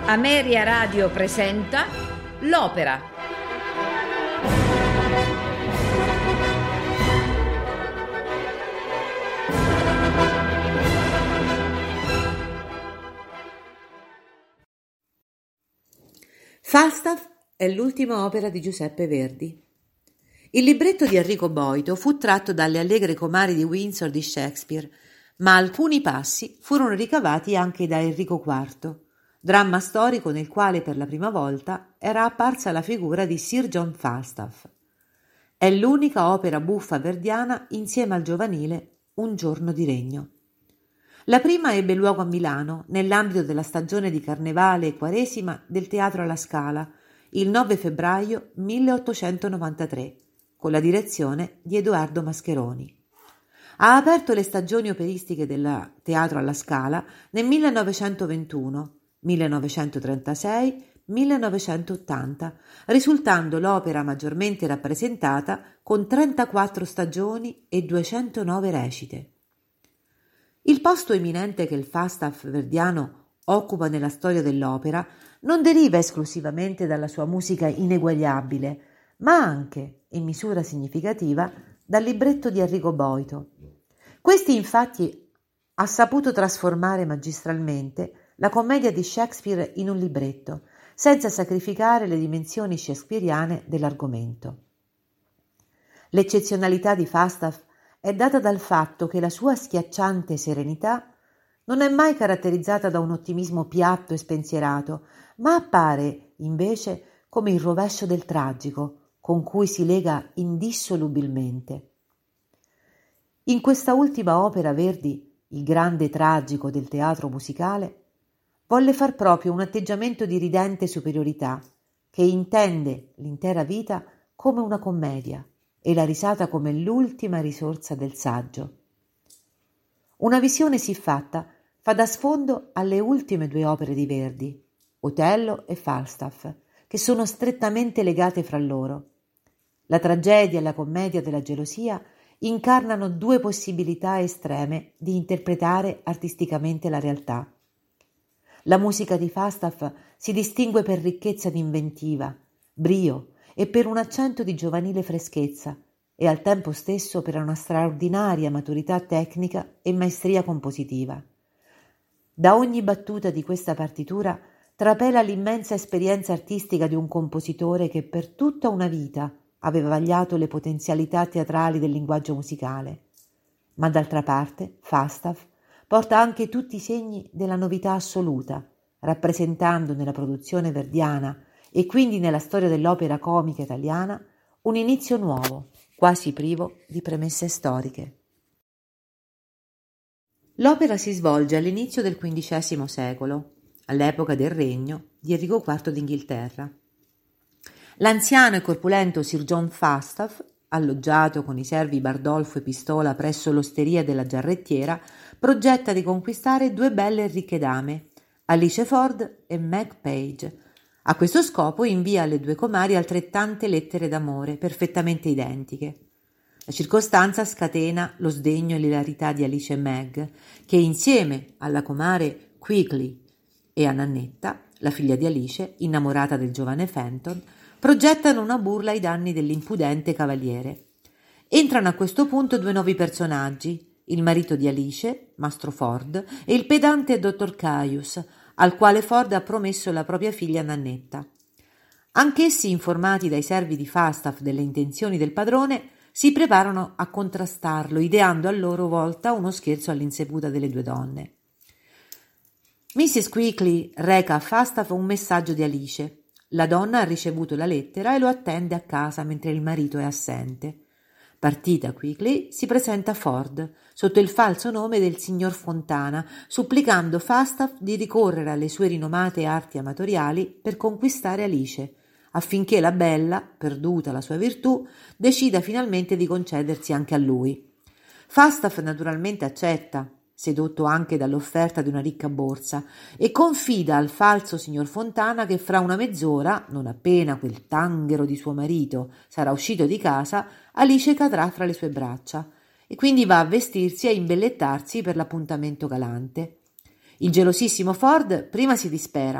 Ameria Radio presenta L'Opera. Falstaff è l'ultima opera di Giuseppe Verdi. Il libretto di Enrico Boito fu tratto dalle Allegre comari di Windsor di Shakespeare, ma alcuni passi furono ricavati anche da Enrico IV, dramma storico nel quale per la prima volta era apparsa la figura di Sir John Falstaff. È l'unica opera buffa verdiana insieme al giovanile Un giorno di regno. La prima ebbe luogo a Milano nell'ambito della stagione di Carnevale e Quaresima del Teatro alla Scala il 9 febbraio 1893 con la direzione di Edoardo Mascheroni. Ha aperto le stagioni operistiche del Teatro alla Scala nel 1921, 1936, 1980, risultando l'opera maggiormente rappresentata con 34 stagioni e 209 recite. Il posto eminente che il Falstaff verdiano occupa nella storia dell'opera non deriva esclusivamente dalla sua musica ineguagliabile, ma anche, in misura significativa, dal libretto di Enrico Boito. Questi infatti ha saputo trasformare magistralmente la commedia di Shakespeare in un libretto, senza sacrificare le dimensioni shakespeariane dell'argomento. L'eccezionalità di Falstaff è data dal fatto che la sua schiacciante serenità non è mai caratterizzata da un ottimismo piatto e spensierato, ma appare invece come il rovescio del tragico, con cui si lega indissolubilmente. In questa ultima opera Verdi, il grande tragico del teatro musicale, volle far proprio un atteggiamento di ridente superiorità, che intende l'intera vita come una commedia e la risata come l'ultima risorsa del saggio. Una visione siffatta fa da sfondo alle ultime due opere di Verdi, Otello e Falstaff, che sono strettamente legate fra loro. La tragedia e la commedia della gelosia incarnano due possibilità estreme di interpretare artisticamente la realtà. La musica di Falstaff si distingue per ricchezza di inventiva, brio e per un accento di giovanile freschezza e al tempo stesso per una straordinaria maturità tecnica e maestria compositiva. Da ogni battuta di questa partitura trapela l'immensa esperienza artistica di un compositore che per tutta una vita aveva vagliato le potenzialità teatrali del linguaggio musicale. Ma d'altra parte Falstaff porta anche tutti i segni della novità assoluta, rappresentando nella produzione verdiana e quindi nella storia dell'opera comica italiana un inizio nuovo, quasi privo di premesse storiche. L'opera si svolge all'inizio del XV secolo, all'epoca del regno di Enrico IV d'Inghilterra. L'anziano e corpulento Sir John Falstaff, alloggiato con i servi Bardolfo e Pistola presso l'osteria della Giarrettiera, progetta di conquistare due belle e ricche dame, Alice Ford e Meg Page. A questo scopo invia alle due comari altrettante lettere d'amore perfettamente identiche. La circostanza scatena lo sdegno e l'ilarità di Alice e Meg, che insieme alla comare Quigley e a Nannetta, la figlia di Alice, innamorata del giovane Fenton, progettano una burla ai danni dell'impudente cavaliere. Entrano a questo punto due nuovi personaggi, il marito di Alice, Mastro Ford, e il pedante dottor Caius, al quale Ford ha promesso la propria figlia Nannetta. Anch'essi, informati dai servi di Falstaff delle intenzioni del padrone, si preparano a contrastarlo, ideando a loro volta uno scherzo all'insaputa delle due donne. Mrs. Quigley reca a Falstaff un messaggio di Alice. La donna ha ricevuto la lettera e lo attende a casa mentre il marito è assente. Partita Quigley si presenta a Ford sotto il falso nome del signor Fontana, supplicando Falstaff di ricorrere alle sue rinomate arti amatoriali per conquistare Alice, affinché la bella, perduta la sua virtù, decida finalmente di concedersi anche a lui. Falstaff naturalmente accetta, sedotto anche dall'offerta di una ricca borsa, e confida al falso signor Fontana che fra una mezz'ora, non appena quel tanghero di suo marito sarà uscito di casa, Alice cadrà fra le sue braccia, e quindi va a vestirsi e a imbellettarsi per l'appuntamento galante. Il gelosissimo Ford prima si dispera,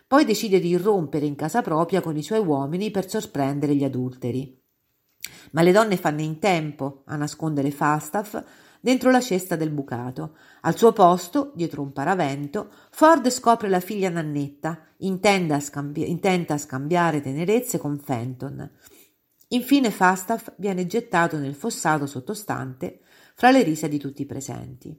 Poi decide di irrompere in casa propria con i suoi uomini per sorprendere gli adulteri. Ma le donne fanno in tempo a nascondere Falstaff dentro la cesta del bucato. Al suo posto, dietro un paravento, Ford scopre la figlia Nannetta, intenta a scambiare tenerezze con Fenton. Infine Falstaff viene gettato nel fossato sottostante fra le risa di tutti i presenti.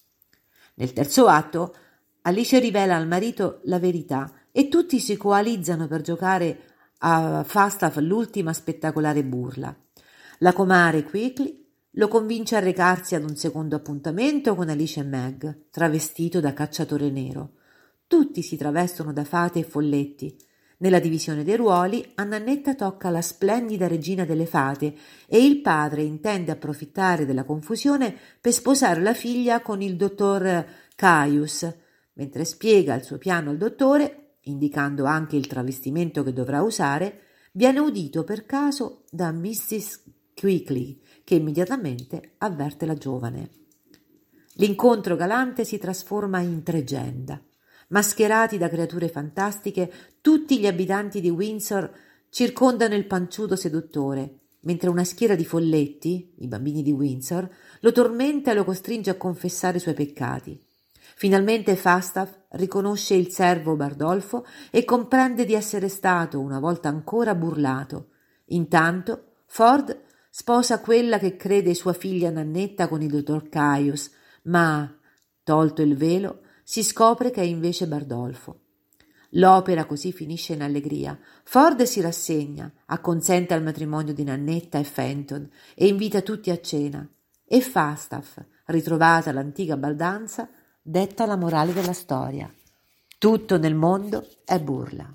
Nel terzo atto, Alice rivela al marito la verità e tutti si coalizzano per giocare a Falstaff l'ultima spettacolare burla. La comare Quickly lo convince a recarsi ad un secondo appuntamento con Alice e Meg, travestito da cacciatore nero. Tutti si travestono da fate e folletti. Nella divisione dei ruoli, a Nannetta tocca la splendida regina delle fate e il padre intende approfittare della confusione per sposare la figlia con il dottor Caius. Mentre spiega il suo piano al dottore, indicando anche il travestimento che dovrà usare, viene udito per caso da Mrs. Quickly, che immediatamente avverte la giovane. L'incontro galante si trasforma in tregenda. Mascherati da creature fantastiche, tutti gli abitanti di Windsor circondano il panciuto seduttore, mentre una schiera di folletti, i bambini di Windsor, lo tormenta e lo costringe a confessare i suoi peccati. Finalmente Falstaff riconosce il servo Bardolfo e comprende di essere stato una volta ancora burlato. Intanto Ford sposa quella che crede sua figlia Nannetta con il dottor Caius, ma, tolto il velo, si scopre che è invece Bardolfo. L'opera così finisce in allegria. Ford si rassegna, acconsente al matrimonio di Nannetta e Fenton e invita tutti a cena. E Falstaff, ritrovata l'antica baldanza, detta la morale della storia. Tutto nel mondo è burla.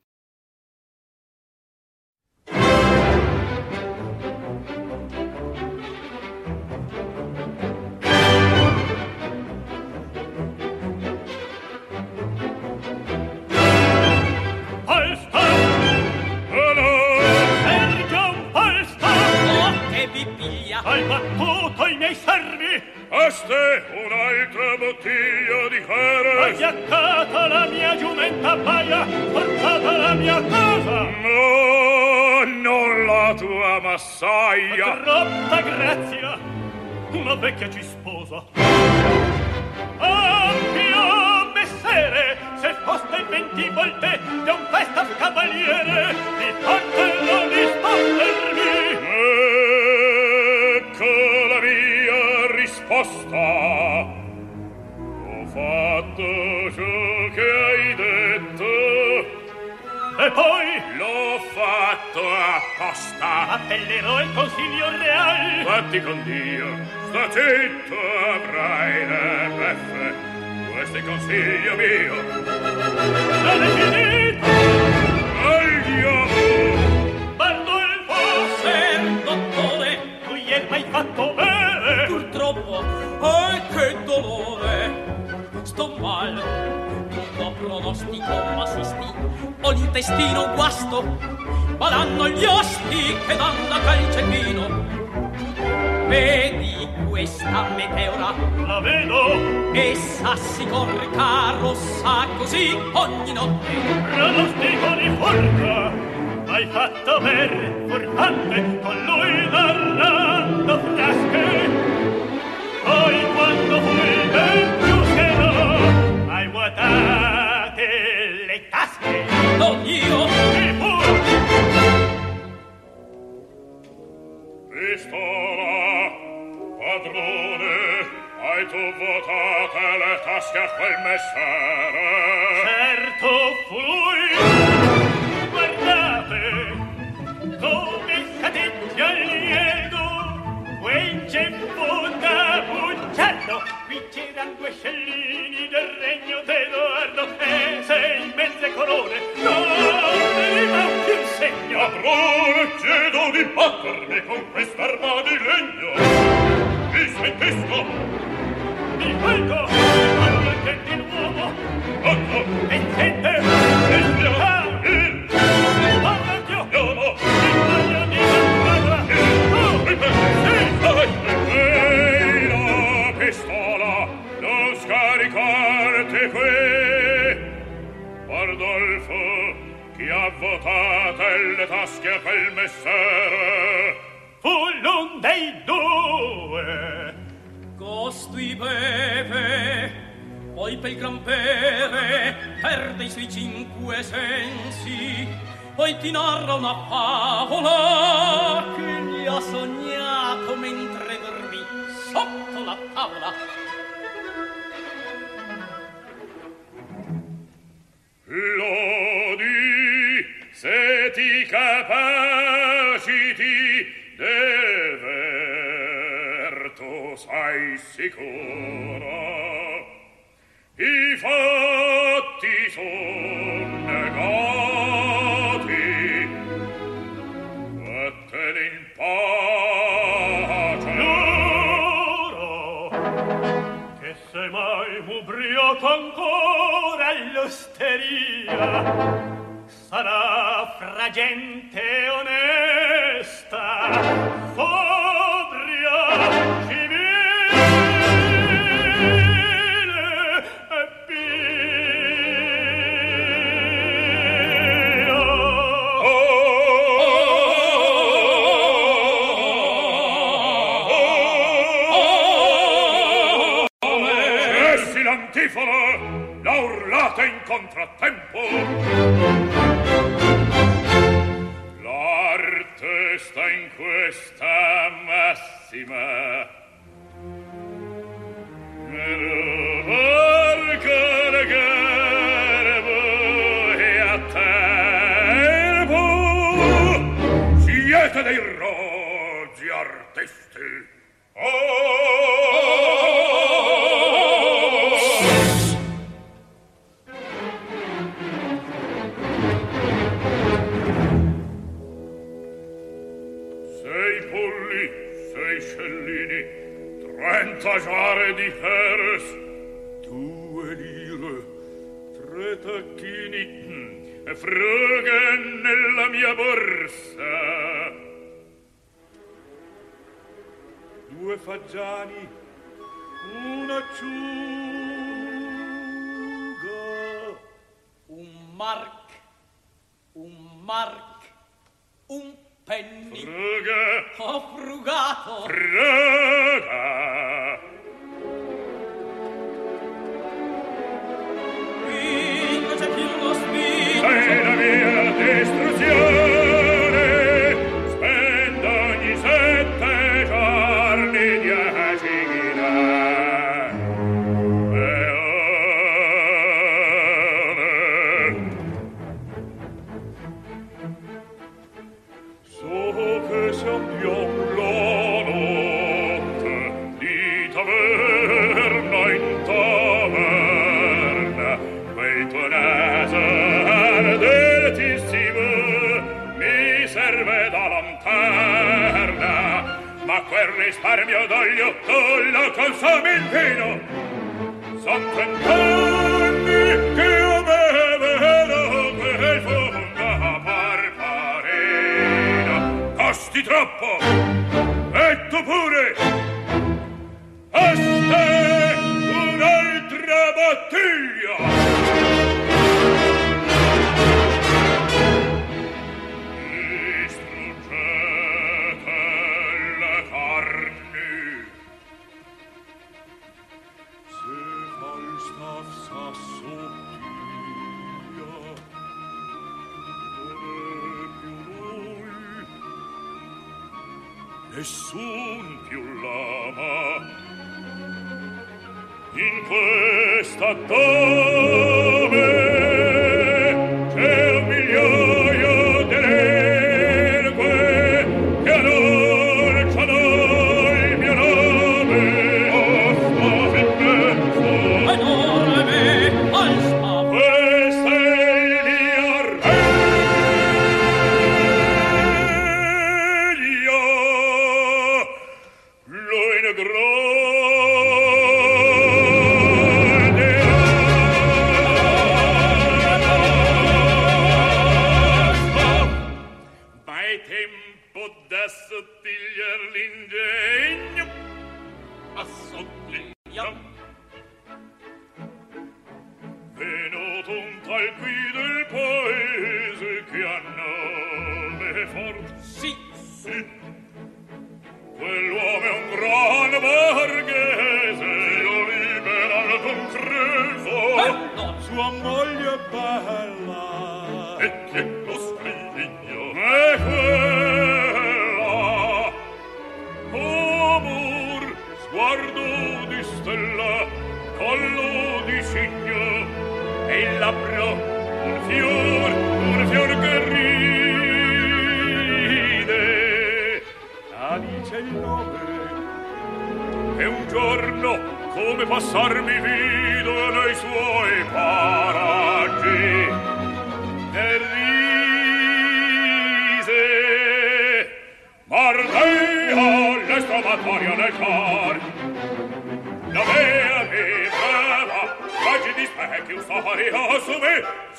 Hai battuto i miei servi! A ste un'altra bottiglia di Jerez! Hai fiaccata la mia giumenta paia, portata la mia casa! No, non la tua massaia! Troppa grazia! Una vecchia ci sposa! Ampio messere, se foste 20 volte di un Falstaff cavaliere, di parte non rispondermi! La mia risposta. Ho fatto ciò che hai detto e poi l'ho fatto apposta. Appellerò il consiglio reale. Fatti con Dio, sta zitto, avrai le beffe. Questo è il consiglio mio. Non è finito. Al diavolo. Dottore, tu gli hai mai fatto bene? Purtroppo, che dolore! Sto mal, tutto pronostico m'assisti. Ho l'intestino guasto, balanno gli osti che dan da calcepino. Vedi questa meteora? La vedo! Essa si corca rossa così ogni notte. Pronostico di forca! Hai fatto bere, furfante, con lui narrando frasche. Poi quando fui ben chiuserò, hai vuotate le tasche. Non io! E pur! Pistola, padrone, hai tu vuotate le tasche a quel messere? Certo fu lui! Guardate come categgia il liego, quel ceppo da bugiardo. Qui c'eran 2 scellini del regno d'Edoardo e 6 mezze corone. Non veniva più un segno. Padrone, chiedo di battermi con quest'arma di legno. Mi smentisco. Mi volgo, quando intendi l'uomo. Ecco. E sente, pistola, non scaricarti qui. fu chi ha votate le tasche a quel messere. Fu l'un dei due. Costui beve, poi pel gran bere perde i suoi 5 sensi, poi ti narra una favola che gli ha sognato mentre dormì sotto la tavola. Lodi, se ti capaciti dever, tu sei sicuro. I fatti son negati, vattene in pace. Giuro che se mai m'ubriaco ancora all'osteria sarà fra gente onesta, sobria, civile e pia. Cessi l'antifona, l'ha urlata in contrattempo. L'arte sta in questa massima. Varca legare voi a tempo. Siete dei rozzi artisti. Sei polli, sei scellini, 30 giare di Heres, 2 lire, 3 tacchini e frughe nella mia borsa. 2 fagiani, un'acciuga, Un mark, un penny. fruga, Ho frugato. fruga. Qui non c'è più lo spirito. Sei la mia distruzione, spendo ogni 7 giorni 10 so che se andiamo la notte di taverna in taverna, quel tuo naso ardentissimo mi serve da lanterna, ma quel risparmio d'olio tu lo consumi in vino. Son 30 anni che io bevo quel fondo parparino. Costi troppo, e tu pure. A te un'altra bottiglia. Distruggete le carni. Se Falstaff s'assottiglia, non è più lui, nessun più l'ama. In questa dove c'è un migliaio d'ergue che annunciano il mio nome. Spose immenso, Enorme, Falstaff. questo è il mio regno. Lui ne grande come passar mi vido nei suoi paraggi e rise Mardea l'esclamatoria nel cor la mea mi brava raggi di specchio staria su me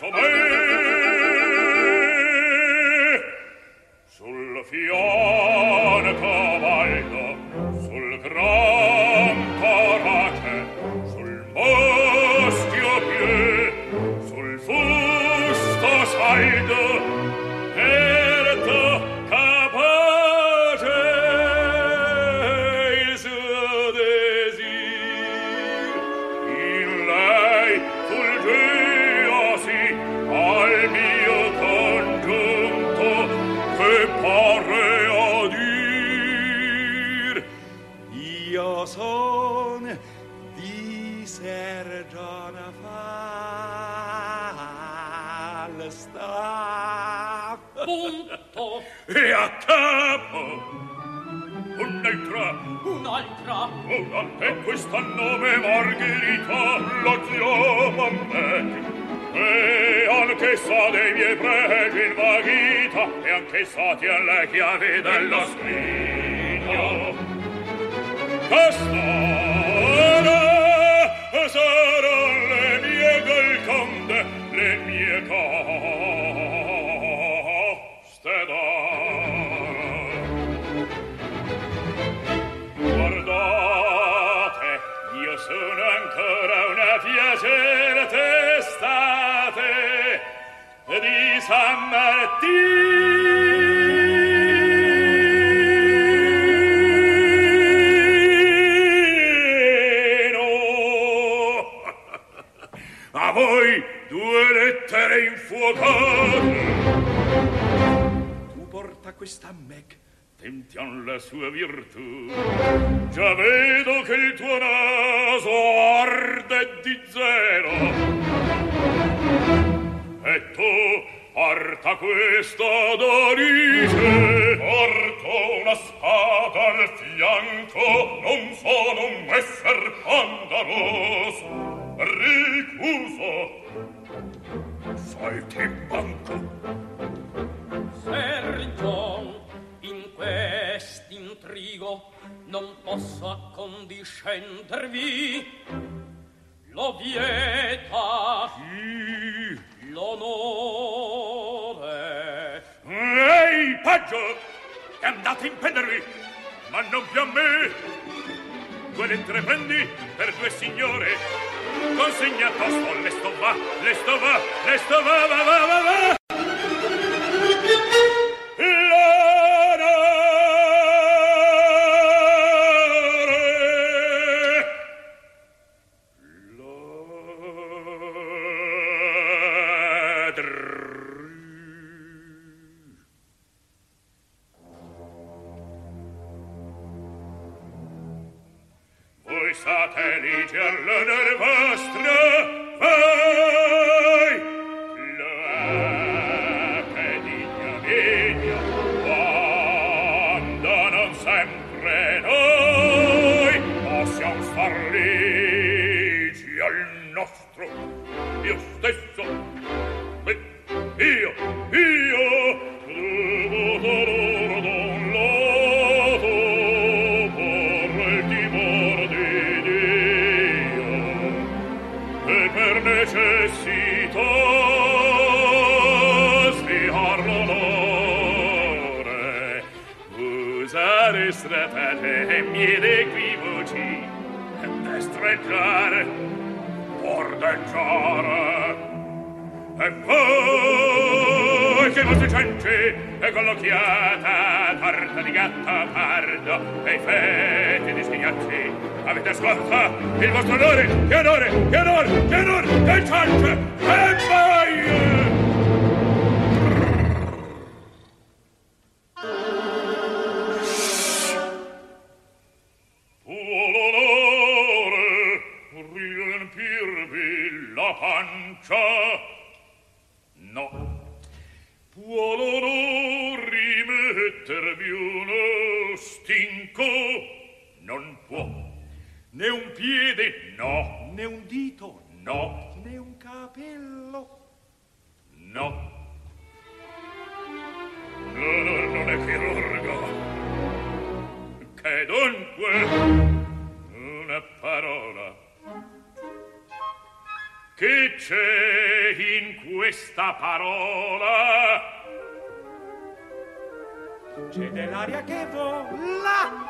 sul fianco cavallo sul gran corace sul moschio più sul fusto saldo erto capace il suo desir in lei fulgeosi al mio congiunto che parre a dir io son di Sergiana Falstaff Punto. E a capo un'altra e questa nome Margherita la chiama me e anch'essa dei miei pregi invaghita e anch'essa tien le chiavi dello scrigno castana saran le mie galconde le mie coste d'oro guardate io sono ancora una piacere estate di San Martino a voi due lettere infuocate tu porta questa Meg tentiam la sua virtù già vedo che il tuo naso arde di zero e tu porta questa dorice porto una spada al fianco non sono un messer andaroso ricuso salti in banco Sergio in quest'intrigo non posso accondiscendervi lo vieta l'onore ehi paggio e andate a impendervi ma non più a me due lettere prendi per due signore consegna tosto lesto va voi satelliti all'onore vostro voi loate d'ignominia quando non sempre noi possiamo star ligi al nostro io stesso io necessito sfiar l'onore usare stratate e miei equivoci destreggiare bordeggiare e voi che vostri cenci e collochiata tarta di gatto pardo e i fetti di schignazzi avete scorta il vostro onore che ciance e vai tuo l'onore riempirvi la pancia no può l'onor rimettervi uno stinco non può né un piede No. Né un dito? No. Né un capello? No. No, non è chirurgo. Che dunque? Una parola. Che c'è in questa parola? C'è dell'aria che vola.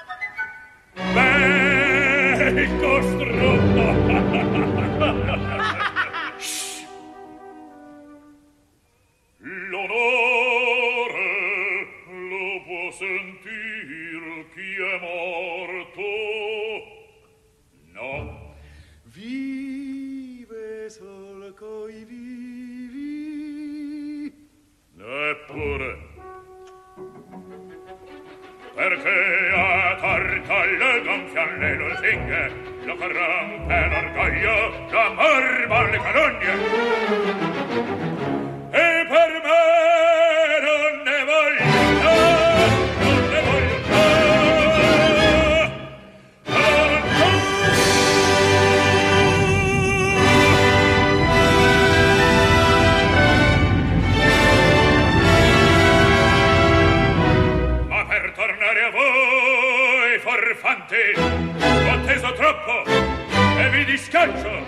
Beh, il costrutto. L'onore lo può sentir chi è morto. No. Vive sol coi vivi. Neppure. Perché a torto le gonfialle le lusinghe, lo corrompe l'orgoglio, l'amor le calunnie. E per me non ne voglio, non ne voglio, ma per tornare a voi, forfanti, ho atteso troppo e vi discaccio.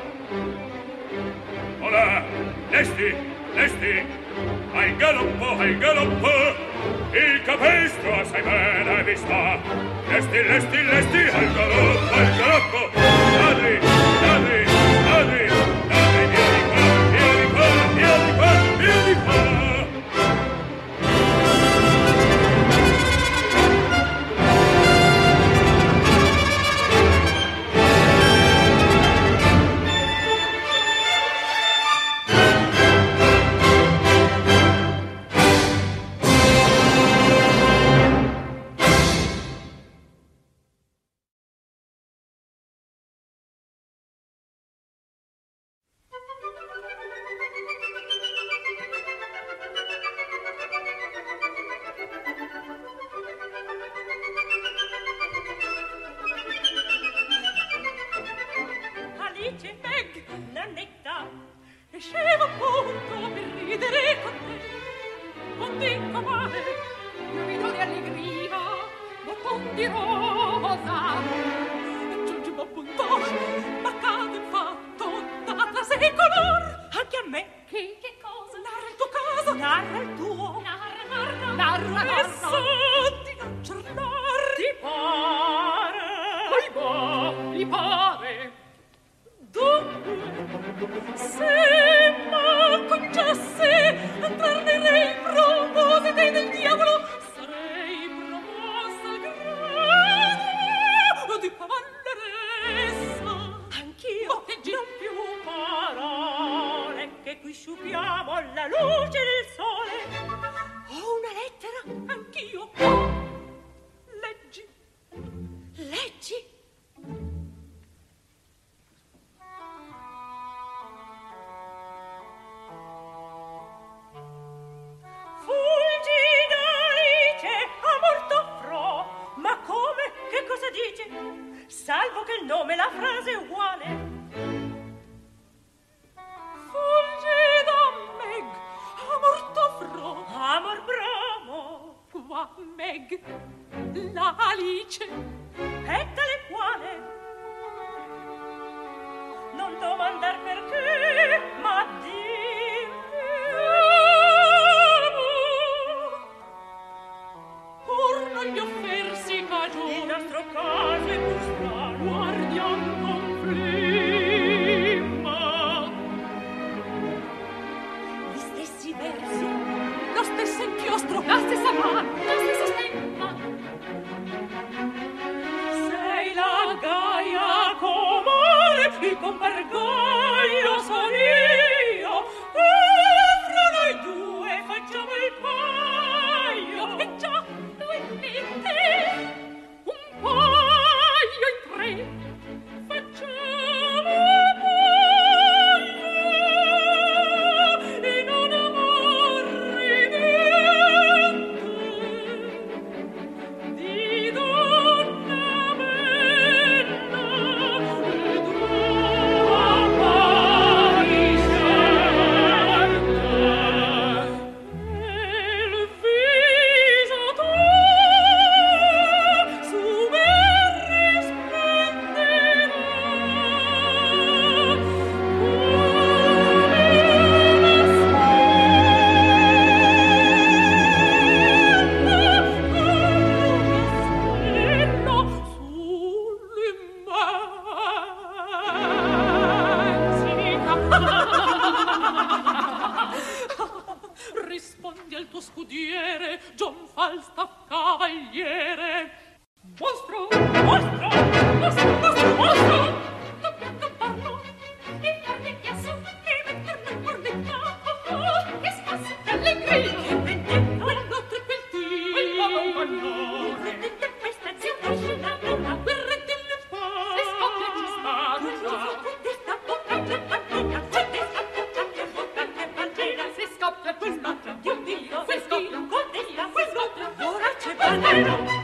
Ora, lesti, al galoppo, il capestro assai bene vi sta. Lesti, al galoppo, ladri, via di qua. Salvo che il nome e la frase è uguale. Fulgida Meg, amor t'offro. Amor bramo. Qua Meg, la Alice. E tale quale? Non domandar perché, ma pur non gli offersi cagione. Il nostro caso è pur strano. Guardiam con flimma. Gli stessi versi, lo stesso inchiostro, la stessa mano, la stessa stemma. sei la Gaia comare, il compargoglio son io, e fra noi due facciamo il paio. E già, due e te, un paio in tre, facciamo paio in un amor ridente di donna bella e rispondi al tuo scudiere, John Falstaff cavaliere. Mostro, mostro, mostro, mostro, mostro! Dobbiamo camparlo e farne chiasso e metterlo in mordicca. Oh, che spasso, che allegria, che vendetta, quello tripeltino, quello non vanno. Vedete questa zia scena, una guerra delle paz. Se scoppia ci sta, questa bocca che pantina, questa bocca che pantina, se scoppia ci sta, Dio Dio, se scoppia contesta, se scoppia, ora c'è bandiera.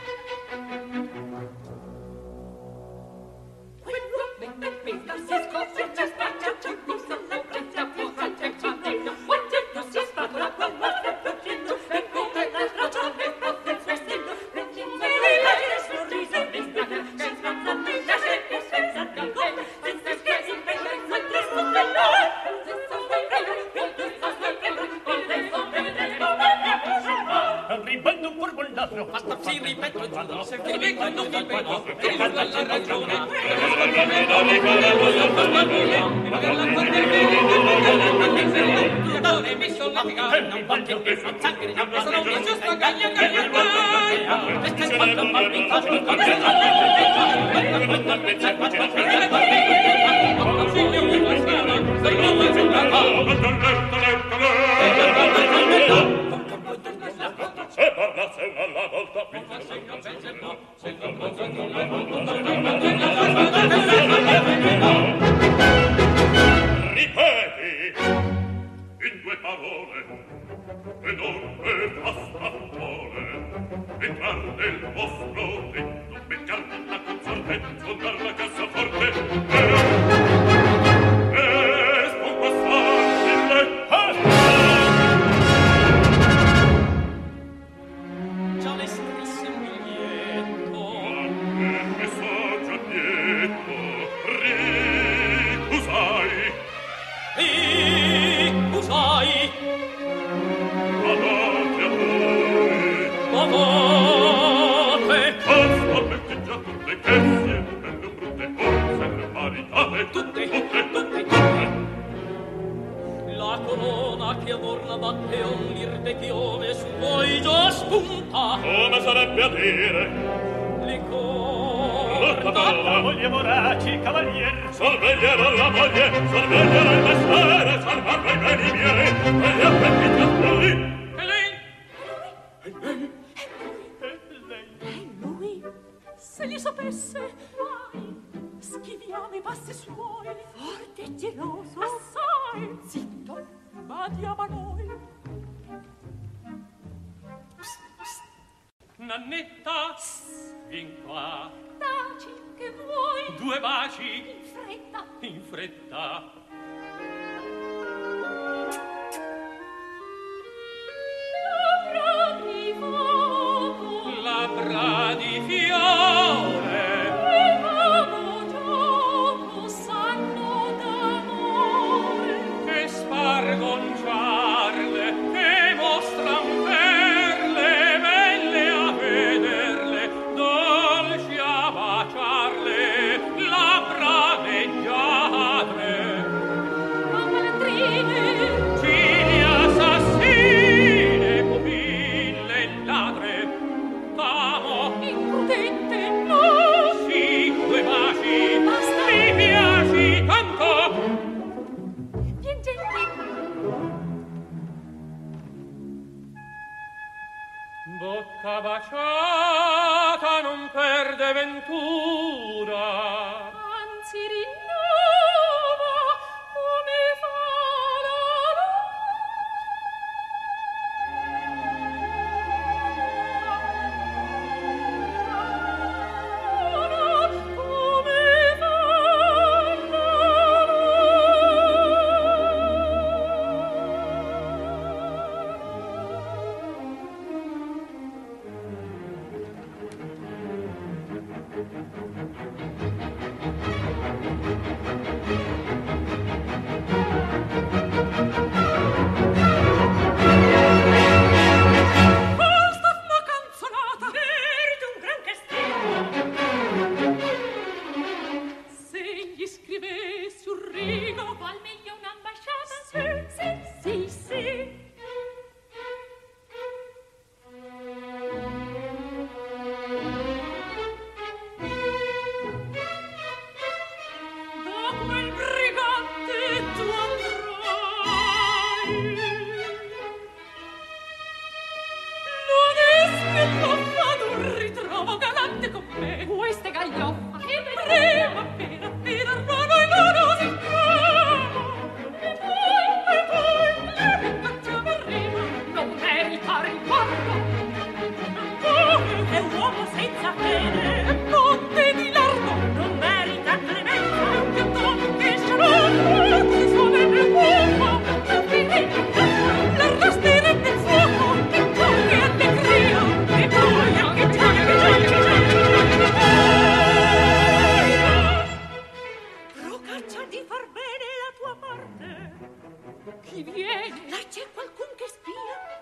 Nannetta, vieni qua. Taci, che vuoi? 2 baci. In fretta. In fretta. Labbra di fuoco. Labbra di fiore. E l'amo gioco sanno d'amore. Che spargonciarle, che mostran perle, belle a vederle, dolci a baciarle, labbra leggiadre. Ma malandrine. Ciglia assassine, pupille ladre, t'amo. Imprudente, no. Sì, 2 baci. Basta. Mi piaci tanto. Vien gentile. Bocca baciata non perde ventura. Anzi rinnova come fa la luna, come fa la luna. E queste gaglioffa che prima per armano e loro si e poi le rinfacciamo in rima non meritare il guardo è un uomo senza fede e ponte di largo non merita clemenza è un piattone che scialone si suonerebbe il fuoco la firenze l'arrasterebbe il fuoco che giochi allegria e poi anche procaccia di far bene la tua parte chi viene? Là c'è qualcun che spia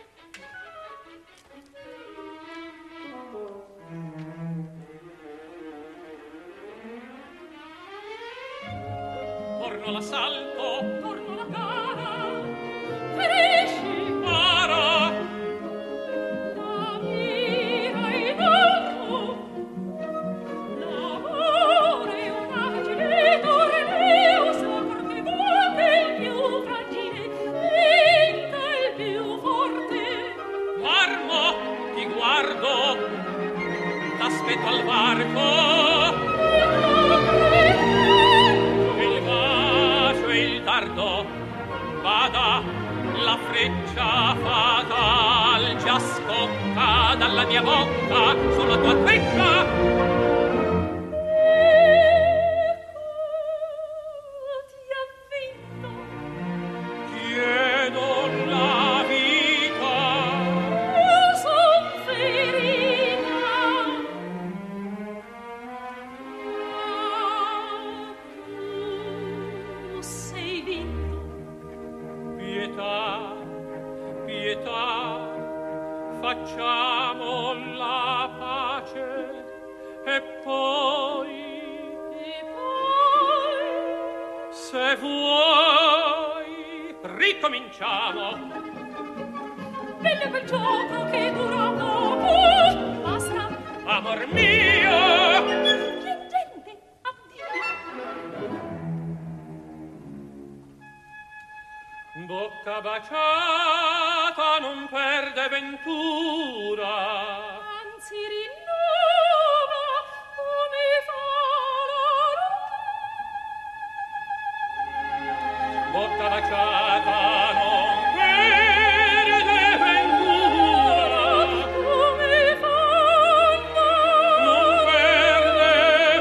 torno all'assalto, torno alla gara ferisci para la mira in alto l'amore un agito reneoso perché vuole il più fragile vinca il più forte l'armo ti guardo t'aspetto al varco il bacio e il dardo vada la freccia fatal già scotta dalla mia bocca sulla tua treccia ti ha vinto chiedo la vita son ferita tu sei vinto pietà pietà facciamo la pace e poi se vuoi ricominciamo bello quel gioco che durò poco basta amor mio piangente addio bocca baciata non perde ventura anzi rinnova come fa bocca baciata non perde ventura come fanno non perde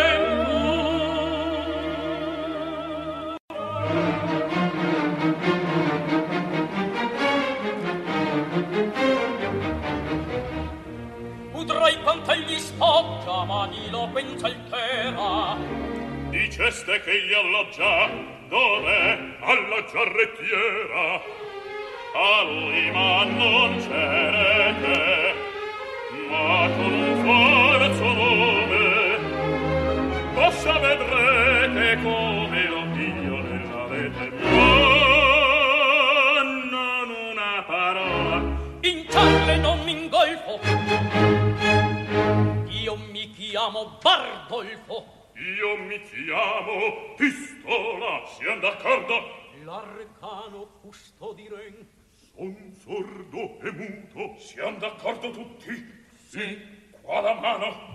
udrai quant'egli spoggia ma di loquenza altera Diceste che egli alloggia dove? Alla giarrettiera. A lui ma non cerete, ma con un falso nome possa vedrete come lo pio nella rete. Ma non una parola. in ciarle non m'ingolfo io mi chiamo Bardolfo Io mi chiamo Pistola, siamo d'accordo? l'arcano custodiren Son sordo e muto, siamo d'accordo tutti? Sì. Qua la mano.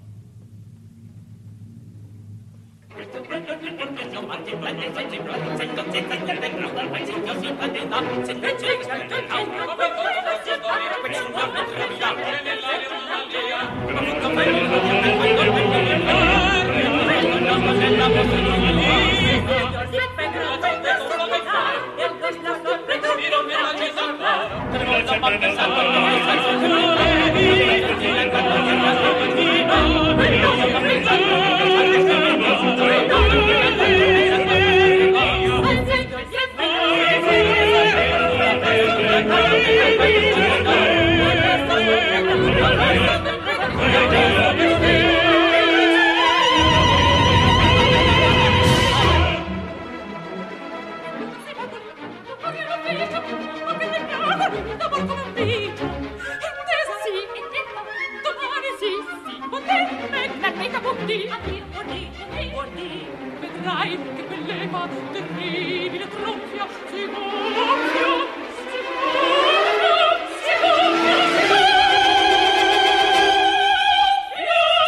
Vedrai che quell'epa terribile tronfia si gonfia, si gonfia, si gonfia, si gonfia.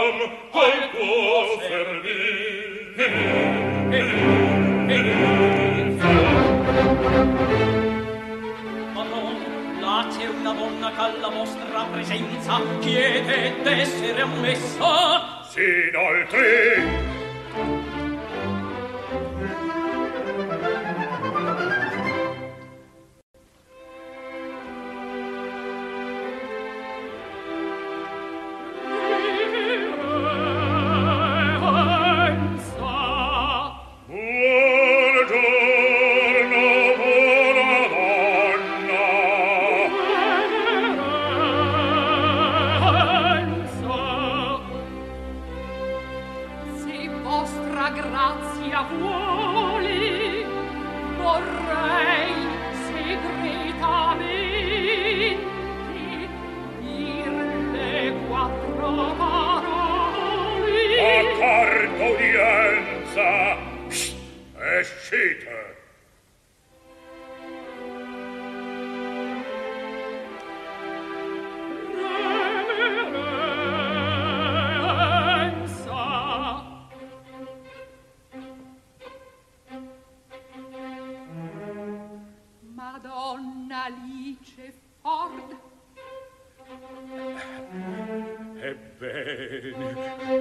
al tuo servir. Là c'è una donna che alla vostra presenza chiede d'essere ammessa. Sì, inoltre. Madonna Alice Ford. Ebbene.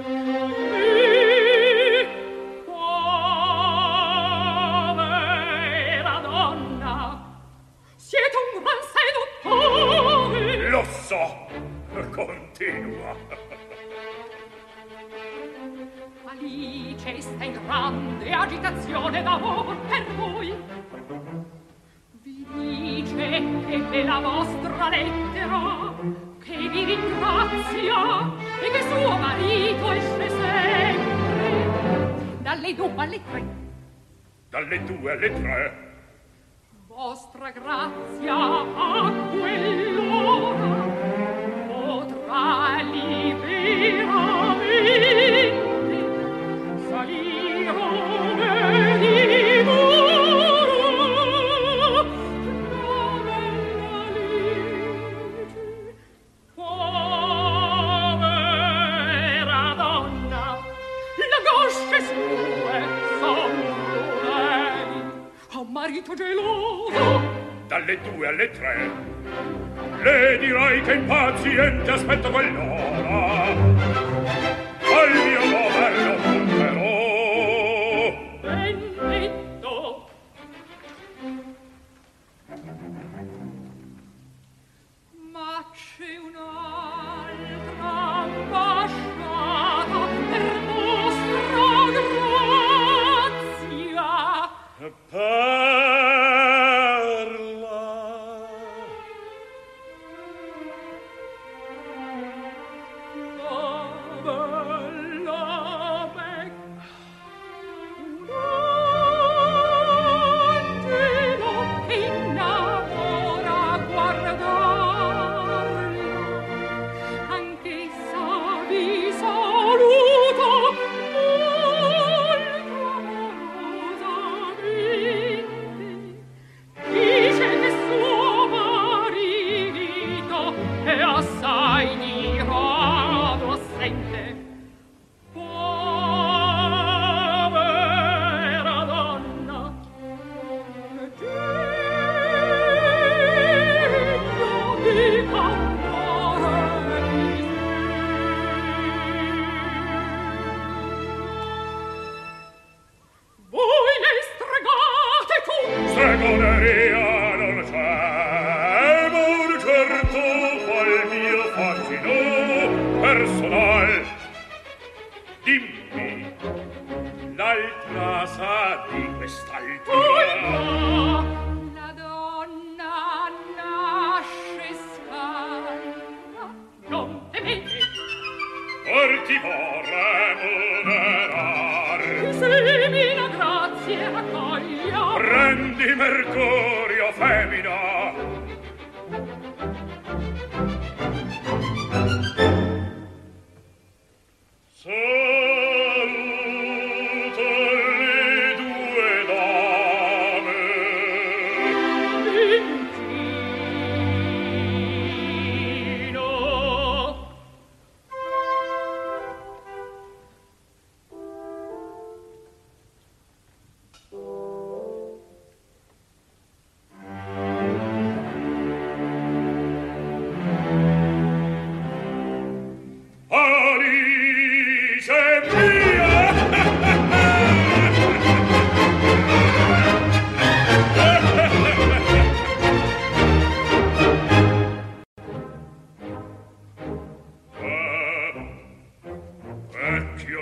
Povera donna, siete un gran seduttore. Lo so. Continua. Alice sta in grande agitazione d'amor per voi. Vi dice che è la vostra lettera, che vi ringrazia e che suo marito esce sempre dalle 2 alle 3. Dalle 2 alle 3? Vostra grazia a quell'ora potrà liberamente salire di muro la bella Alice. Povera donna, l'angosce sue son crudeli, ha un marito geloso. Dalle 2 alle 3? Le dirai che impaziente aspetto quell'ora. Al mio governo punterò. Benedetto. Ma c'è un'altra ambasciata per vostra grazia.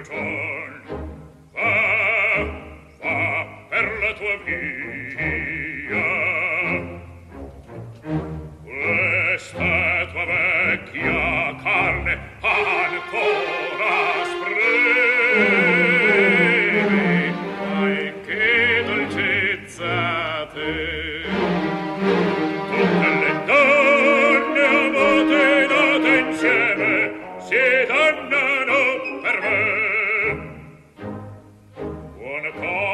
John, va per la tua via. Questa tua vecchia carne ancora spreme, ai che dolcezzate. Tutte le donne amate nate insieme si dannano per me. Buon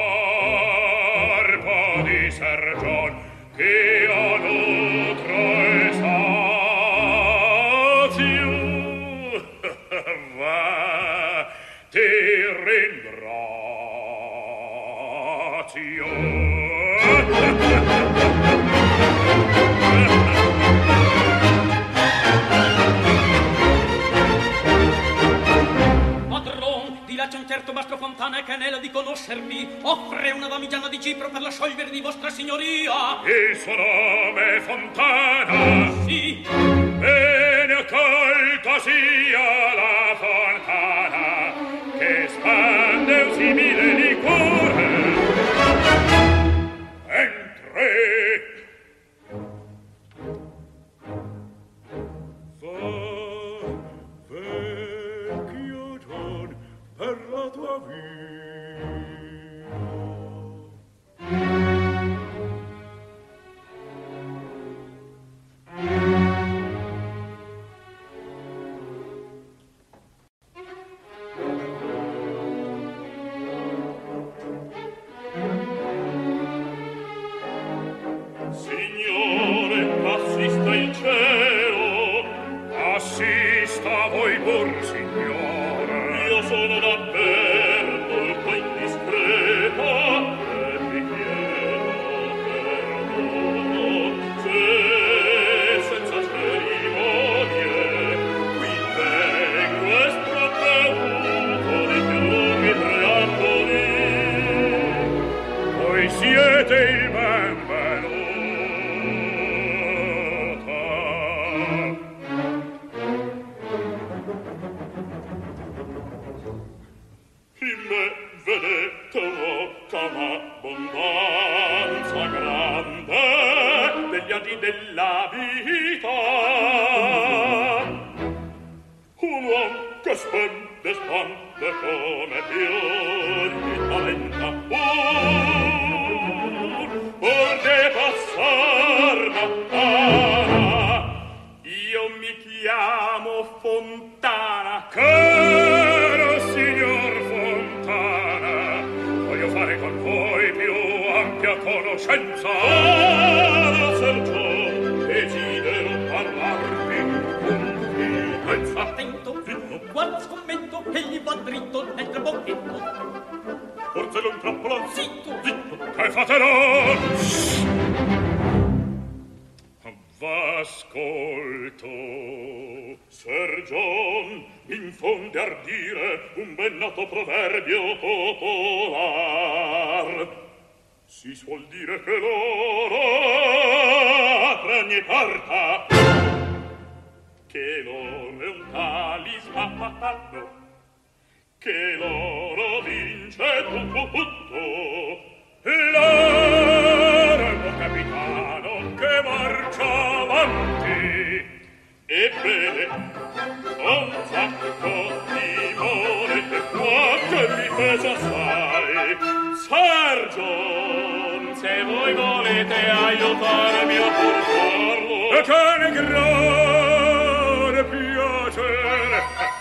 corpo di Sir John che ho nutro e sazio, va, ti ringrazio. C'è un certo mastro Fontana che anela di conoscermi, offre una damigiana di Cipro per la sciogliere di vostra signoria. Il suo nome è Fontana. Sì. Bene accolta sia la fontana che spande un simile liquore. Entri. Vecchio John, per la tua via. Signore, assista il cielo, assista voi pur, signore. Io sono davvero molto indiscreta e vi chiedo perdono se senza cerimonie qui vengo espropriato di più lunghi preamboli. Voi siete il benvenuto. In me vedete un'abbondanza grande degli agi della vita. Un uomo che spende come fiori talenta pur de passar mattana. Io mi chiamo Fontana. Caro signor Fontana, voglio fare con voi più ampia conoscenza. Sergio, desidero parlarvi con confidenza. Attento, guarda scommetto che gli va dritto nel trabocchetto. Forse non troppo. Zitto, zitto, che fatelo? V'ascolto. Sir John infonde ardire un ben noto proverbio popolar. Si suol dire che l'oro apre ogni porta, che l'oro è un talismano, che l'oro vince tutto. L'oro è un capitano che marcia avanti. Ebbene, un sacco di monete qua che mi pesa assai. Sir John, se voi volete aiutarmi a portarlo, e che ne grande piacere.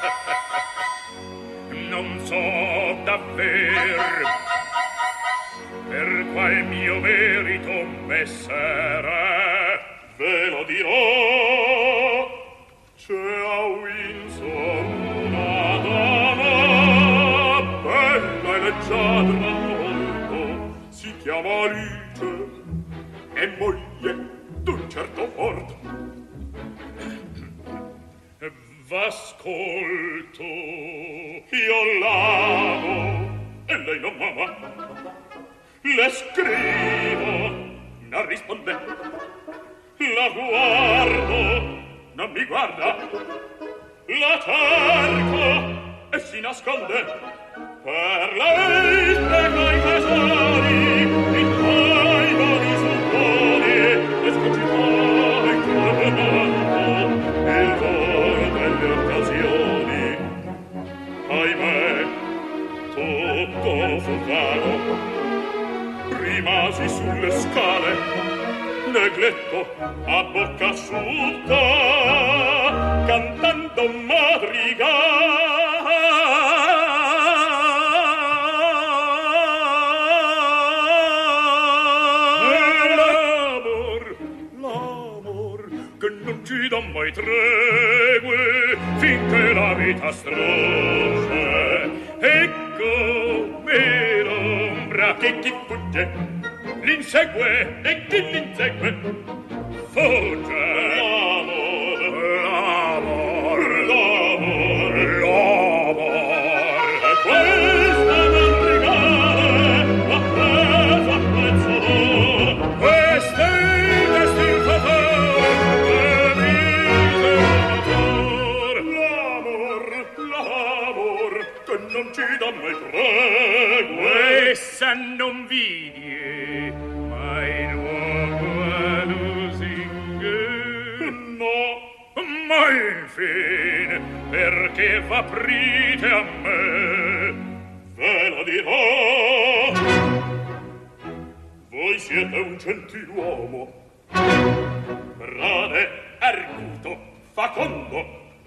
Non so davver per qual mio merito messere, ve lo dirò. C'è a Windsor una dama bella e leggiadra molto, si chiama Alice, è moglie d'un certo Ford. V'ascolto, io l'amo e lei non m'ama. Le scrivo, non risponde. La guardo, non mi guarda. La cerco e si nasconde per lei spreca i tesori i tuoi buoni supponi e scongiurò il comando il volo delle occasioni ahimè tutto fu vano rimasi sulle scale negletto a bocca asciutta cantando un madrigale l'amor che non ci dà mai tregue finché la vita stringe ecco me l'ombra che chi fugge l'insegue e chi l'insegue fugge l'amor e questa madrigale l'ha presa a prezzo d'oro questo è il destin fatale e miserator l'amor che non ci dà mai tregua essa non vidi mai luogo a lusinghe no ma infine perché v'aprite a me ve lo dirò voi siete un gentiluomo grande arguto facondo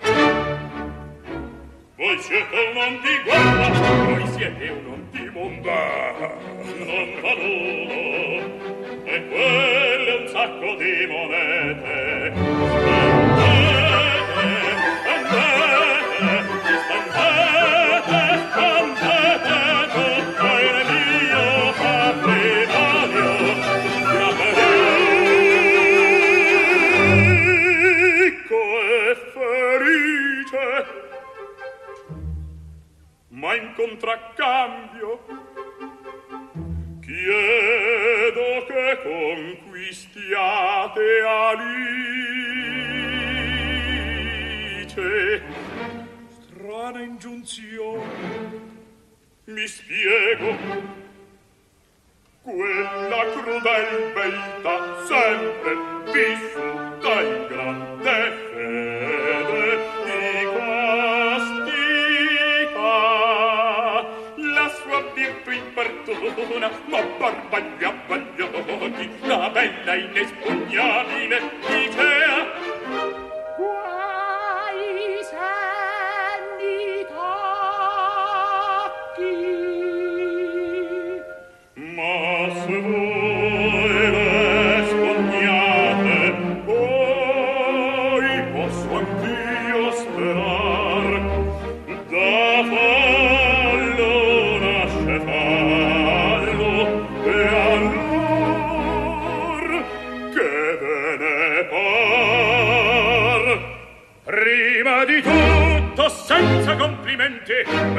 voi siete un uom di guerra voi siete un uom di monda non valuto e quello è un sacco di monete spendete tutto il mio patrimonio ricco e felice ma in contraccambio chiedo che conquistiate Alice strana ingiunzione mi spiego quella crudel beltà sempre vissuta in grande fede di la sua virtù importuna ma barbagliava gli occhi la bella inespugnabile Licea guai senni tocchi ma se voi le spugnate poi posso anch'io sperar da fallo nasce fallo e allor che ve ne par prima di tutto senza complimenti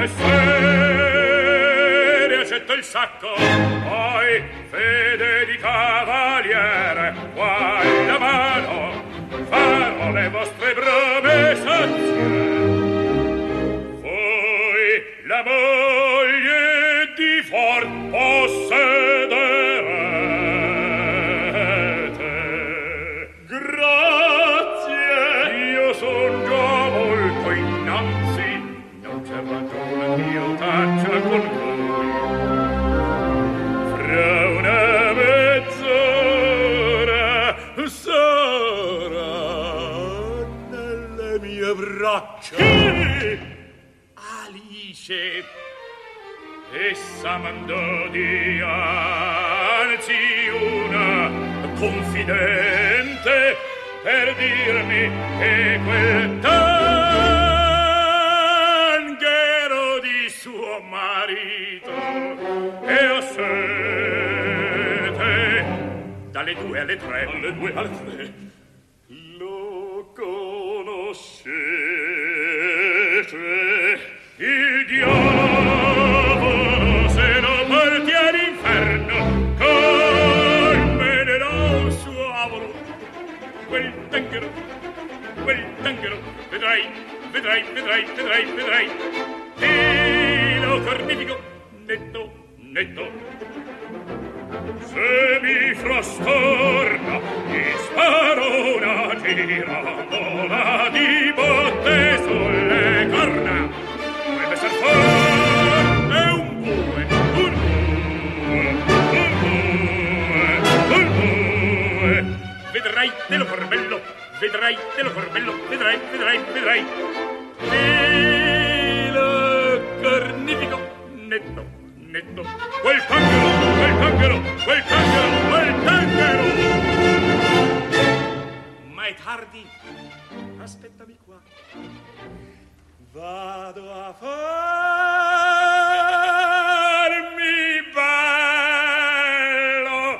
messere accetto il sacco poi fede di cavaliere qua la mano farò le vostre promessazie la moglie di fort possederete grazie io son già molto innanzi non c'è ragione che io taccia con voi fra una mezz'ora sarà nelle mie braccia essa mandò dianzi una confidente per dirmi che quel tanghero di suo marito e ho sete dalle 2 alle 3 lo conoscete il diavolo se lo porti all'inferno come nella sua voluta quel tanghero vedrai netto, carnifico, netto, netto. Se mi frastorna, mi sparo una giramola di botte sulle corna. Deve ser forte un bue, un bue. Vedrai dello corbello, vedrai dello corbello, vedrai, vedrai, vedrai. Dello cornifico, netto, netto. Quel tanghero, quel tanghero, quel tanghero, quel tanghero. Ma è tardi. Aspettami qua. Vado a farmi bello.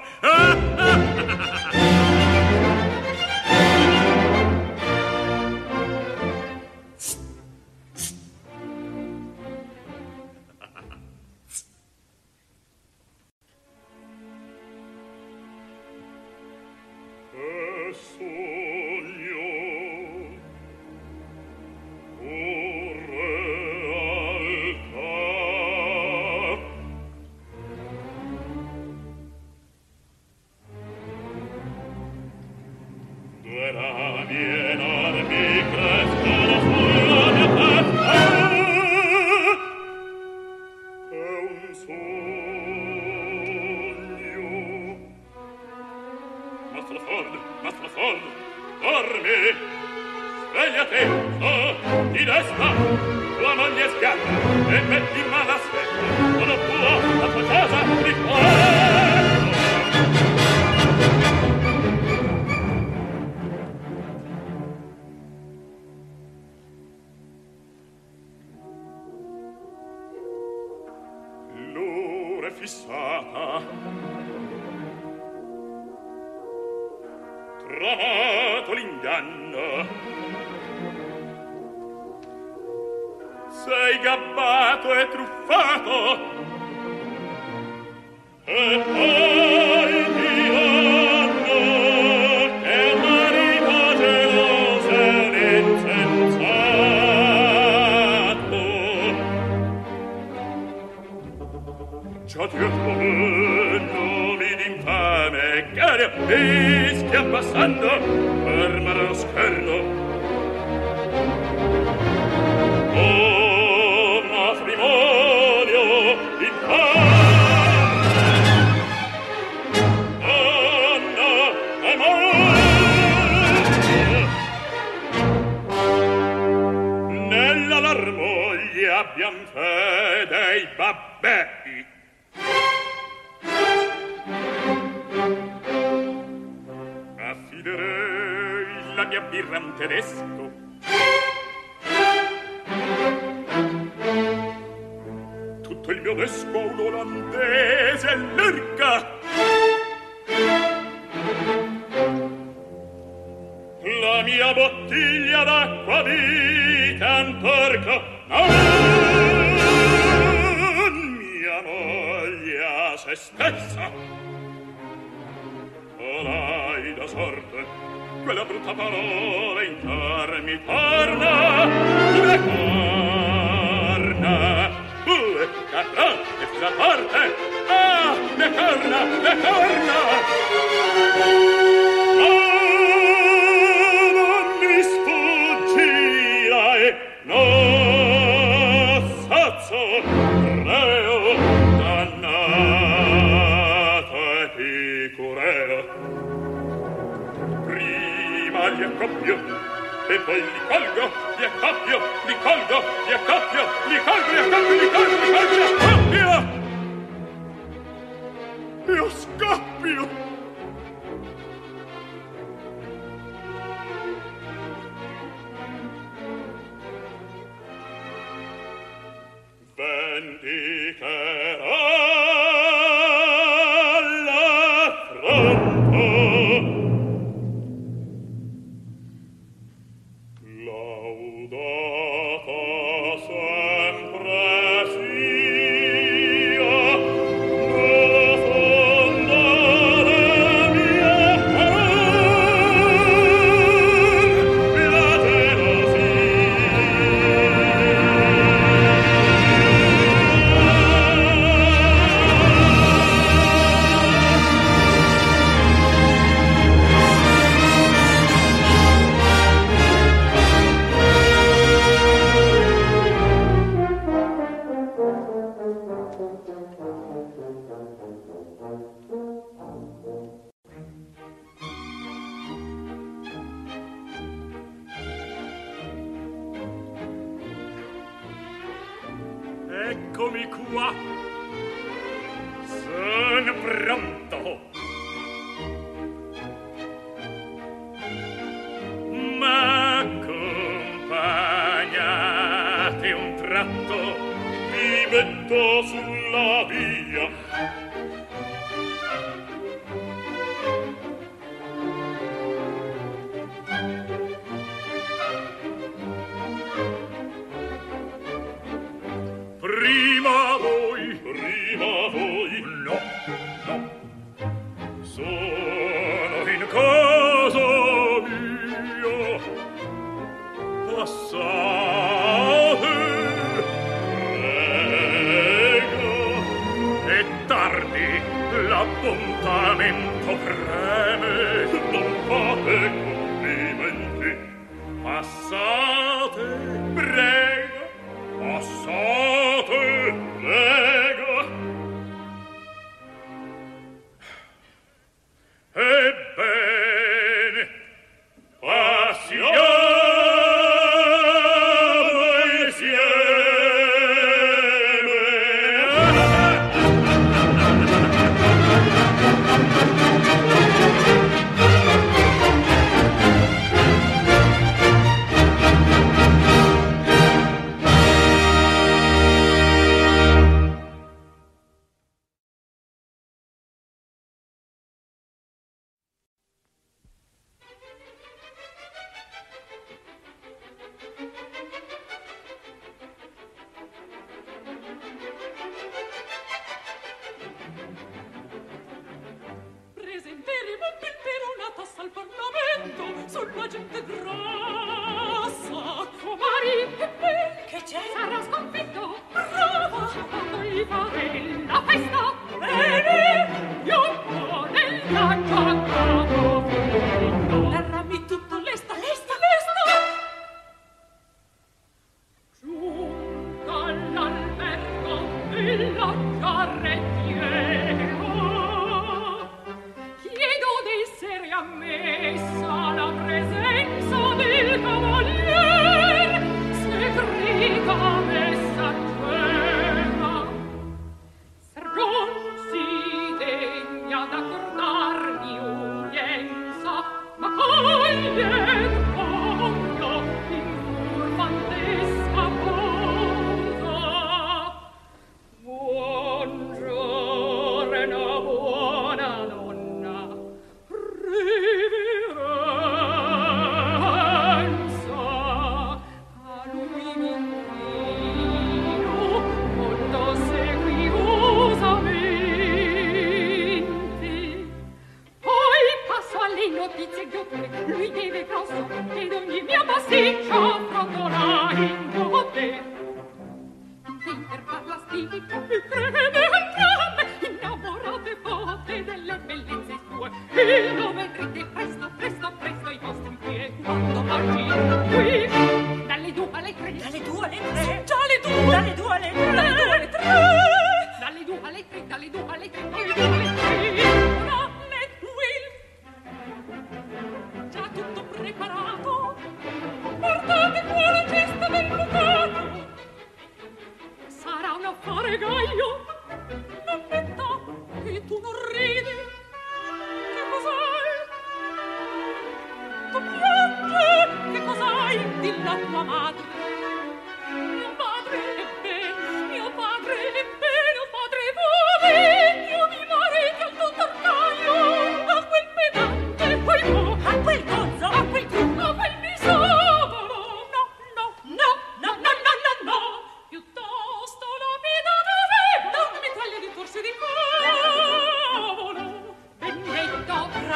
Eccomi qua. Sono pronto. M'accompagnate un tratto, mi metto sulla via. Prima voi, no, no. Sono in casa mia. Passate, prego. È tardi, l'appuntamento preme. Non fate complimenti. Passate, prego. Passate, prego. Ebbene, passiamo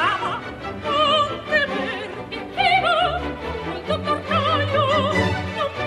non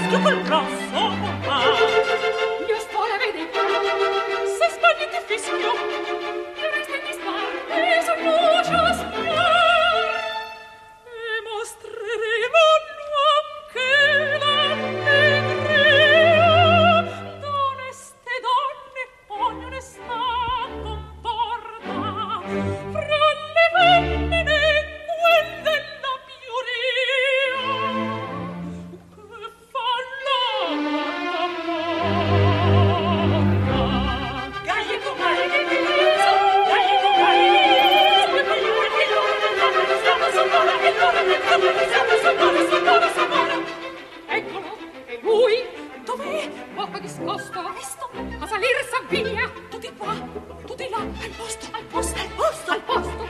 fischio col grosso mia storia vedi se sbagli ti fischio io resto in disparte e son luce a spiar e mostreremo anche l'allegria d'oneste donne ogni onestà comporta fra le femmine quelle la più ria che fa la Gaico Gaico eccolo, è lui? Dov'è? Poco discosto. Presto, a salir s'avvia. Tu di qua, tu di là, al posto, al posto, al posto, al posto.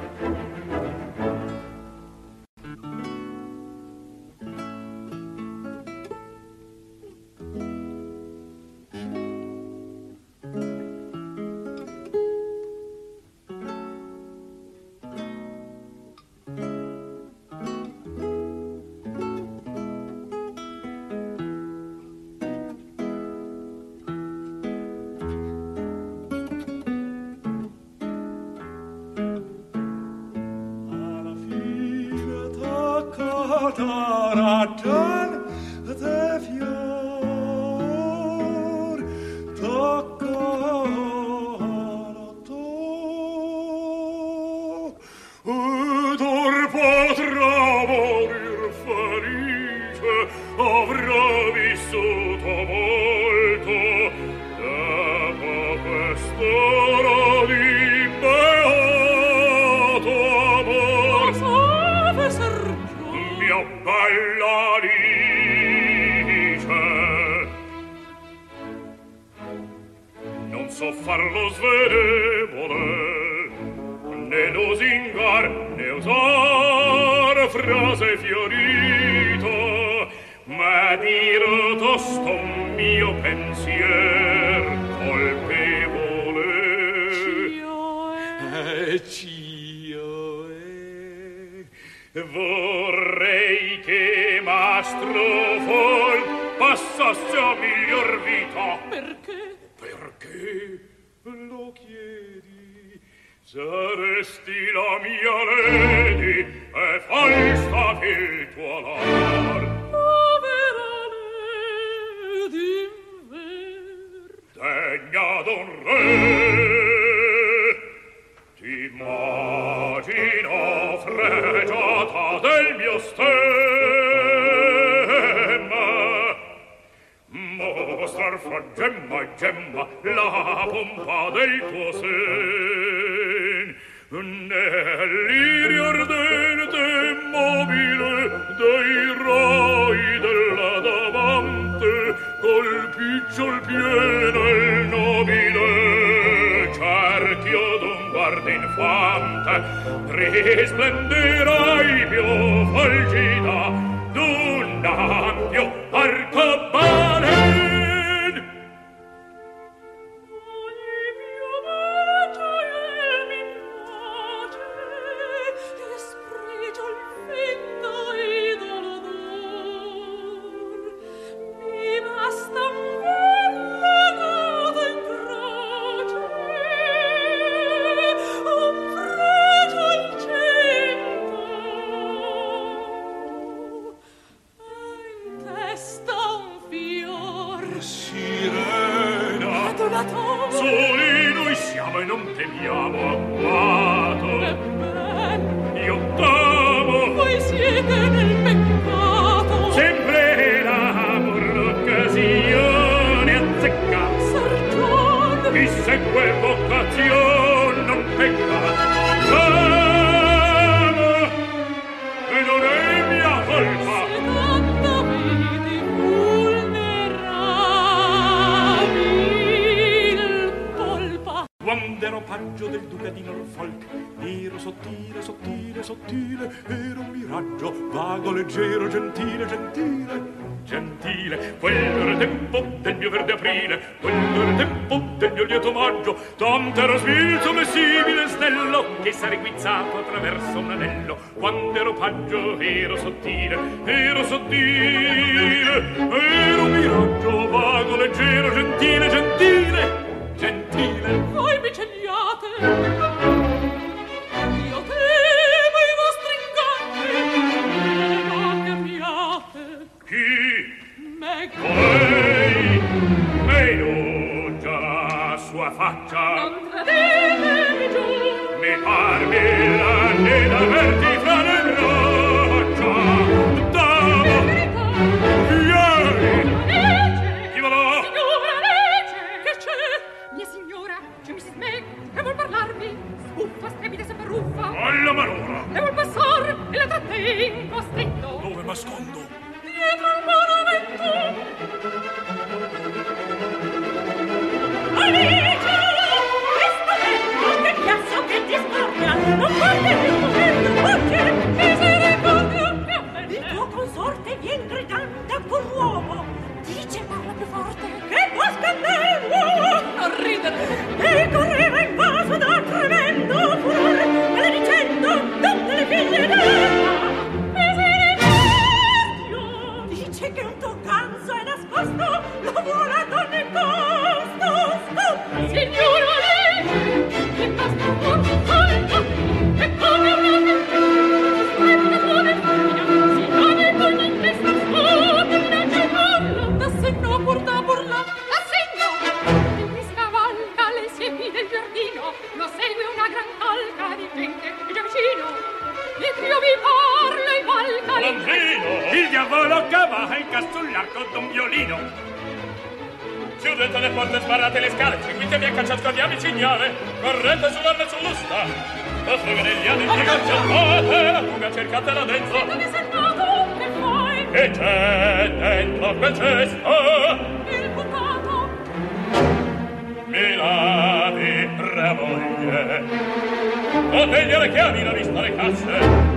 Vorrei che Mastro Fol passasse a miglior vita. Perché? Perché lo chiedi? Saresti la mia lady e falsa il tuo amor. Povera lady inver degna d'un re. T'immagino fregiata del mio stemma, mostrar fra gemma e gemma la pompa del tuo sen, nell'irio ardente mobile dei rai della davante, col picciol pieno il nobile cerchio d'un guarda infante, risplenderai più fulgida d'un ampio arcobaleno. ogni mio bacio e mi piace e sprigio il fitto idolo d'or. Mi basta un velle dato in croce, un fregio il cento e in testa un fior. Sirena, Adoratore, soli noi siamo e non temiamo amato. ebben, Io t'amo, voi siete nel peccato. sempre l'amor l'occasione azzecca. Sarton, Chi segue vocazione non pecca. Amo, e non è mia colpa. secondo vidi vulnerabil colpa. Quando ero paggio del duca di Norfolk, ero sottile, sottile, sottile, ero un miraggio, vago, leggero, gentile, gentile. gentile, quello era tempo del mio verde aprile, quello era tempo del mio lieto maggio, tanto ero svilto e simile snello che s'era guizzato attraverso un anello. Quando ero paggio ero sottile, ero un miraggio vago, leggero, gentile, gentile, gentile. Voi mi cegliate, io temo i vostri inganni, non capiate. Chi? Me meno già la sua faccia. non tradite, mi giuro. Mi par mille d'averti fra le braccia. Dama, vieni, chi volò? Signora Rece, che c'è? Mia signora, c'è Mrs. Meg, che vuol parlarvi? Sbuffa, strepita, sempre ruffa. Alla malora. E vuol passar e la trattengo stretto. Dove m'ascondo? Dietro al paravento. Alice! Questo vento che chiasso che ti scorda, non guarda più morendo, oggi misericordia che a me. Il tuo consorte vien gridando a quel uomo. Dice parla più forte. Che può scandare? Non ridere. E correva in vaso da tremendo furore, maledicendo tutte le figlie d'Eva. Dice che un tuo ganzo è nascosto, lo vuole ad ogni costo. Signora legge, che basta portarlo, e come una stretta come figlia, si deve con in testa sfoga in cercarlo, da segno porta burla, da segno. E mi scavalca le siepi del giardino, lo segue una gran calca di gente che già vicino. Mentre io vi parlo in valca Bambino, il diavolo cava in castullar con un violino. Chiudete le porte, sbarrate le scale, seguitemi a cacciascordiami, signore. Correte sull'arme sull'usta. La fuga degli anni di cacciate, la fuga cercatela dentro. dove sei nato, che fai? E c'è dentro quel cesto. Il bucato. Mi lavi, ramoglie. O degli orecchiami la vista le casse.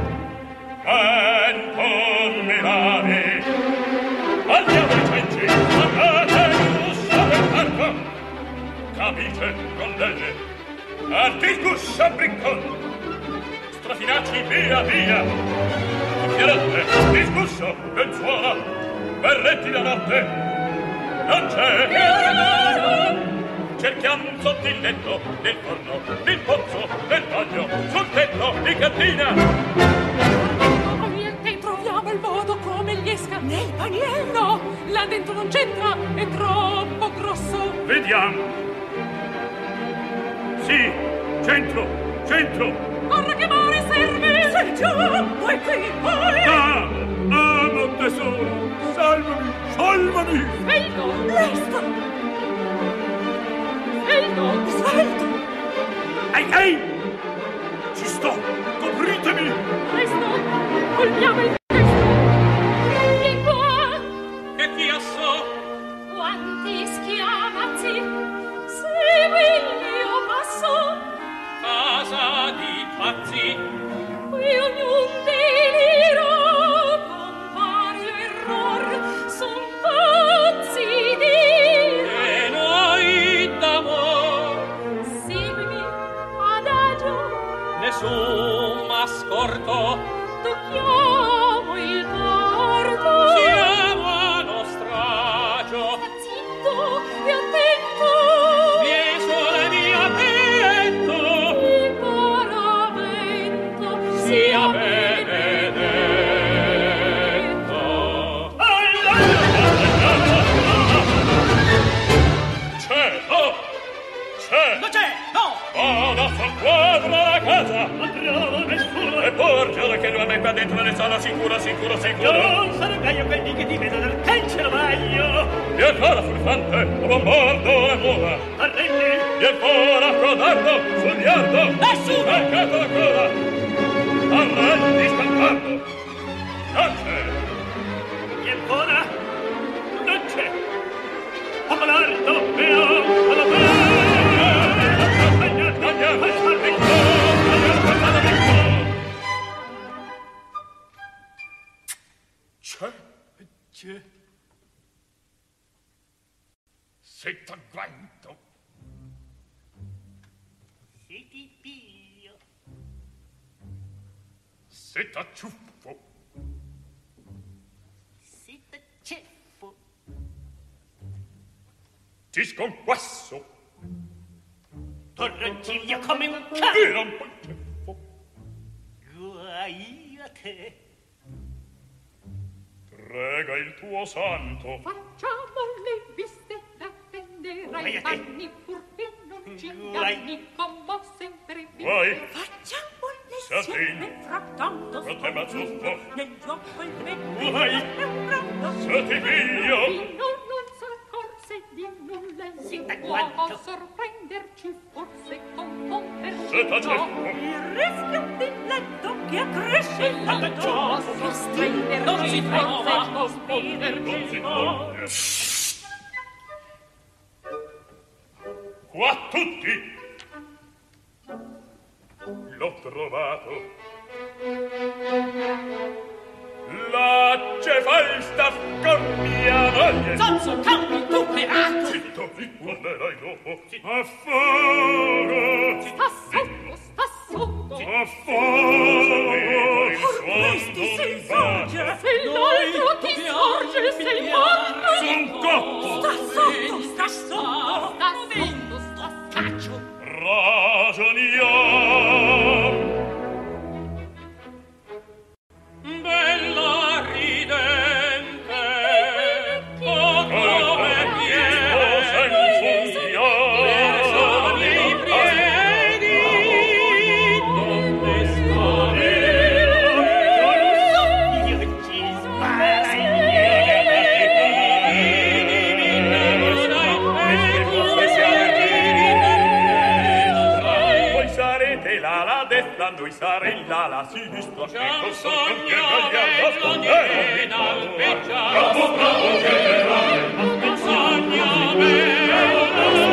Vento mi lavi. Andiamo i cenci, andate l'uscio del parco. Capice, rondelle. Artiguscia, briccon. Strofinacci, via, via. Cucchierotte, disgusto, lenzuola. Berretti da notte. Non c'è. Cerchiamo sotto il letto, nel forno, nel pozzo, nel bagno, sul tetto, in cantina. Niente, troviamo il modo come gli esca. Nel paniere? No, là dentro non c'entra, è troppo grosso. Vediamo. Sì, centro, centro. Corra chiamare, serve. Sei già, poi qui, poi. Amo tesoro, salvami, salvami. Svelto. Lesto. Svelto! Ai! Ci sto! Copritemi! Presto! Colmiamo il testo! Vieni qua! Che chiasso? Quanti schiamazzi! Segui il mio passo! Casa di pazzi! Qui ognun deliro, compare error, son pazzi di... E noi d'amor! Seguimi, adagio, Nessun m'ascorto! tocchiamo il porto. Siamo a nostro agio! Zitto e attento. Vieni sulle mia petto! Il paravento Sia benedetto! C'è! Oh! C'è! Non c'è! No! Vada sul quadro la casa! Non trovo nessuno. E porgiolo che l'uomo è qua dentro ne sono sicuro, sicuro, sicuro! Non sarò io quelli che ti vedo dal cancelo vaglio. E ancora furfante, a bombardo le mura! Arrendi, E ancora codardo, sul iardo! Nessuno! Staccate la coda! Arrendi scampando! Non c'è! e ancora non c'è. A malardo e alla Andiamo! C'è? C'è. Se t'agguanto. Se ti piglio. Se t'acciuffo. Se t'acceffo. Ti sconquasso. Torronciglio come un Ti cane. rompo il ceffo. Guai a te. Prega il tuo santo. Facciamo le viste da vendere Vai ai a te. panni purché non ci Guai. inganni come sempre Guai. Facciamo Sappi. lezione frattanto Frattempo zuffo. nel gioco il Guai. Se ti piglio. non s'accorse di nulla Sì, si da può quanto? sorprenderci forse confonderci Se t'acceffo. il rischio di letto che accresce il Alla letto gioco. sorprenderci Non si trova. forse Non confonderci si toglie. Qua tutti. L'ho trovato. La Falstaff con mia moglie. Zanzo, campi tu perato. Zitto, guarderai dopo. A fuoco. sta sotto A fuoco. Il questi suono si non sfoggia bacia. se l'altro ti scorge sei morto Son cotto. sta sotto sta scaccio Ragioniamo. Bella ridente, oh come piedi, sono i piedi, non ne Io ci Voi sarete l'ala destra, noi saremo l'ala sinistra. C'è un sogno bello di alpeggiare. Bravo generale. Un sogno bello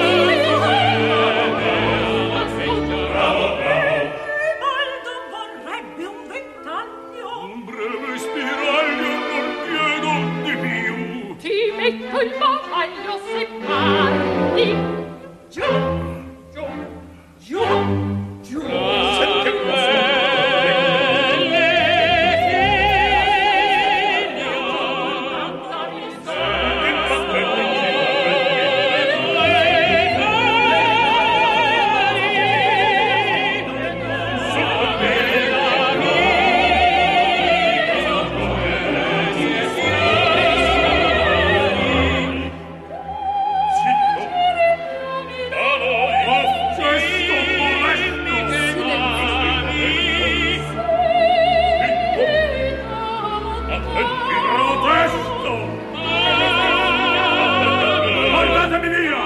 Ribaldo vorrebbe un ventaglio Un breve spiraglio non chiedo di più. ti metto il bavaglio se parti giù Sette Zitto. A noi. Questo Attenti, protesto! Guardatemi via!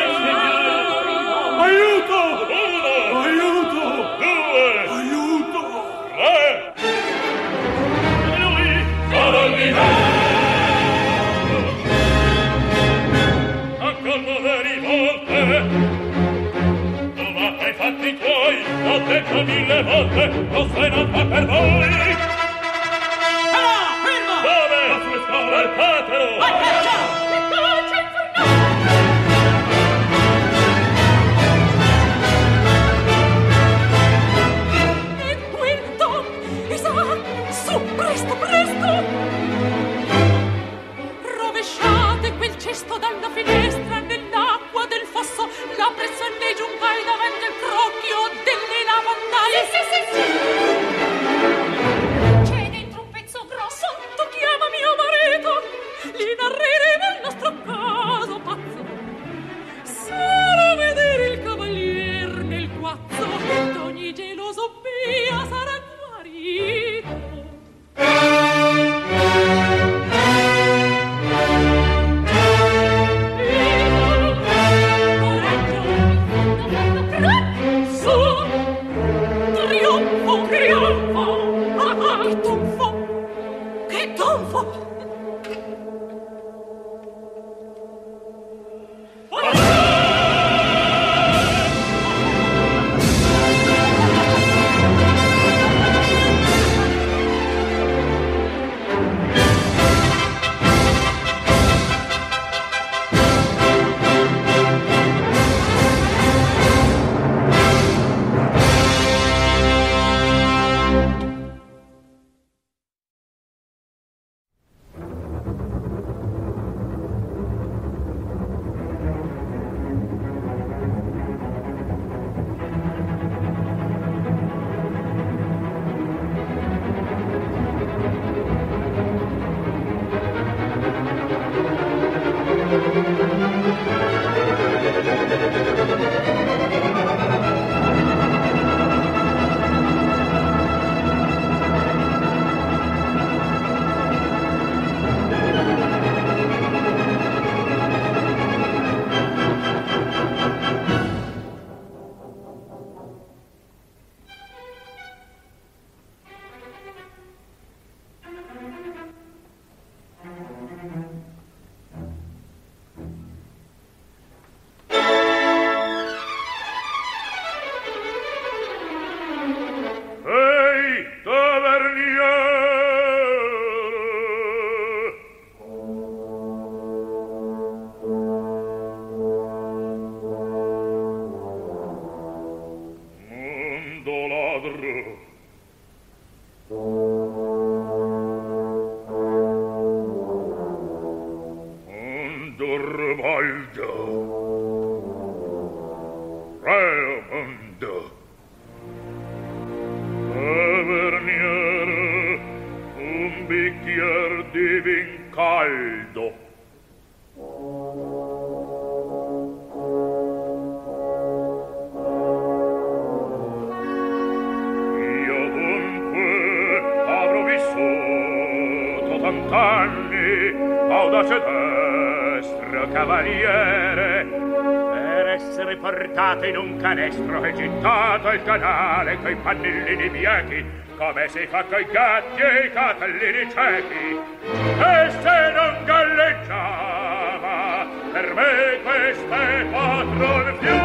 Aiuto! Uno! Aiuto! Due! Aiuto! Tre! E lui! A calmo rivolte! Trovate i fatti tuoi! L'ho detto 1000 volte! Lo sei nata per voi! Dove? Arracatelo! e quinto e sa su presto rovesciate quel cesto dalla finestra nell'acqua del fosso la pressione giungai davanti al crocchio delle lavandali c'è dentro un pezzo grosso tu chiama mio marito gli narreremo il nostro caso pazzo sarà vedere il cavalier nel guazzo d'ogni geloso via sarà guarito che tonfo! bicchier di vin caldo. Io dunque avrò vissuto tant'anni, audace destro cavaliere, per essere portato in un canestro e gettato al canale coi pannellini biechi, come si fa coi gatti e i catallini ciechi. E se non galleggiava, per me queste quattro in più,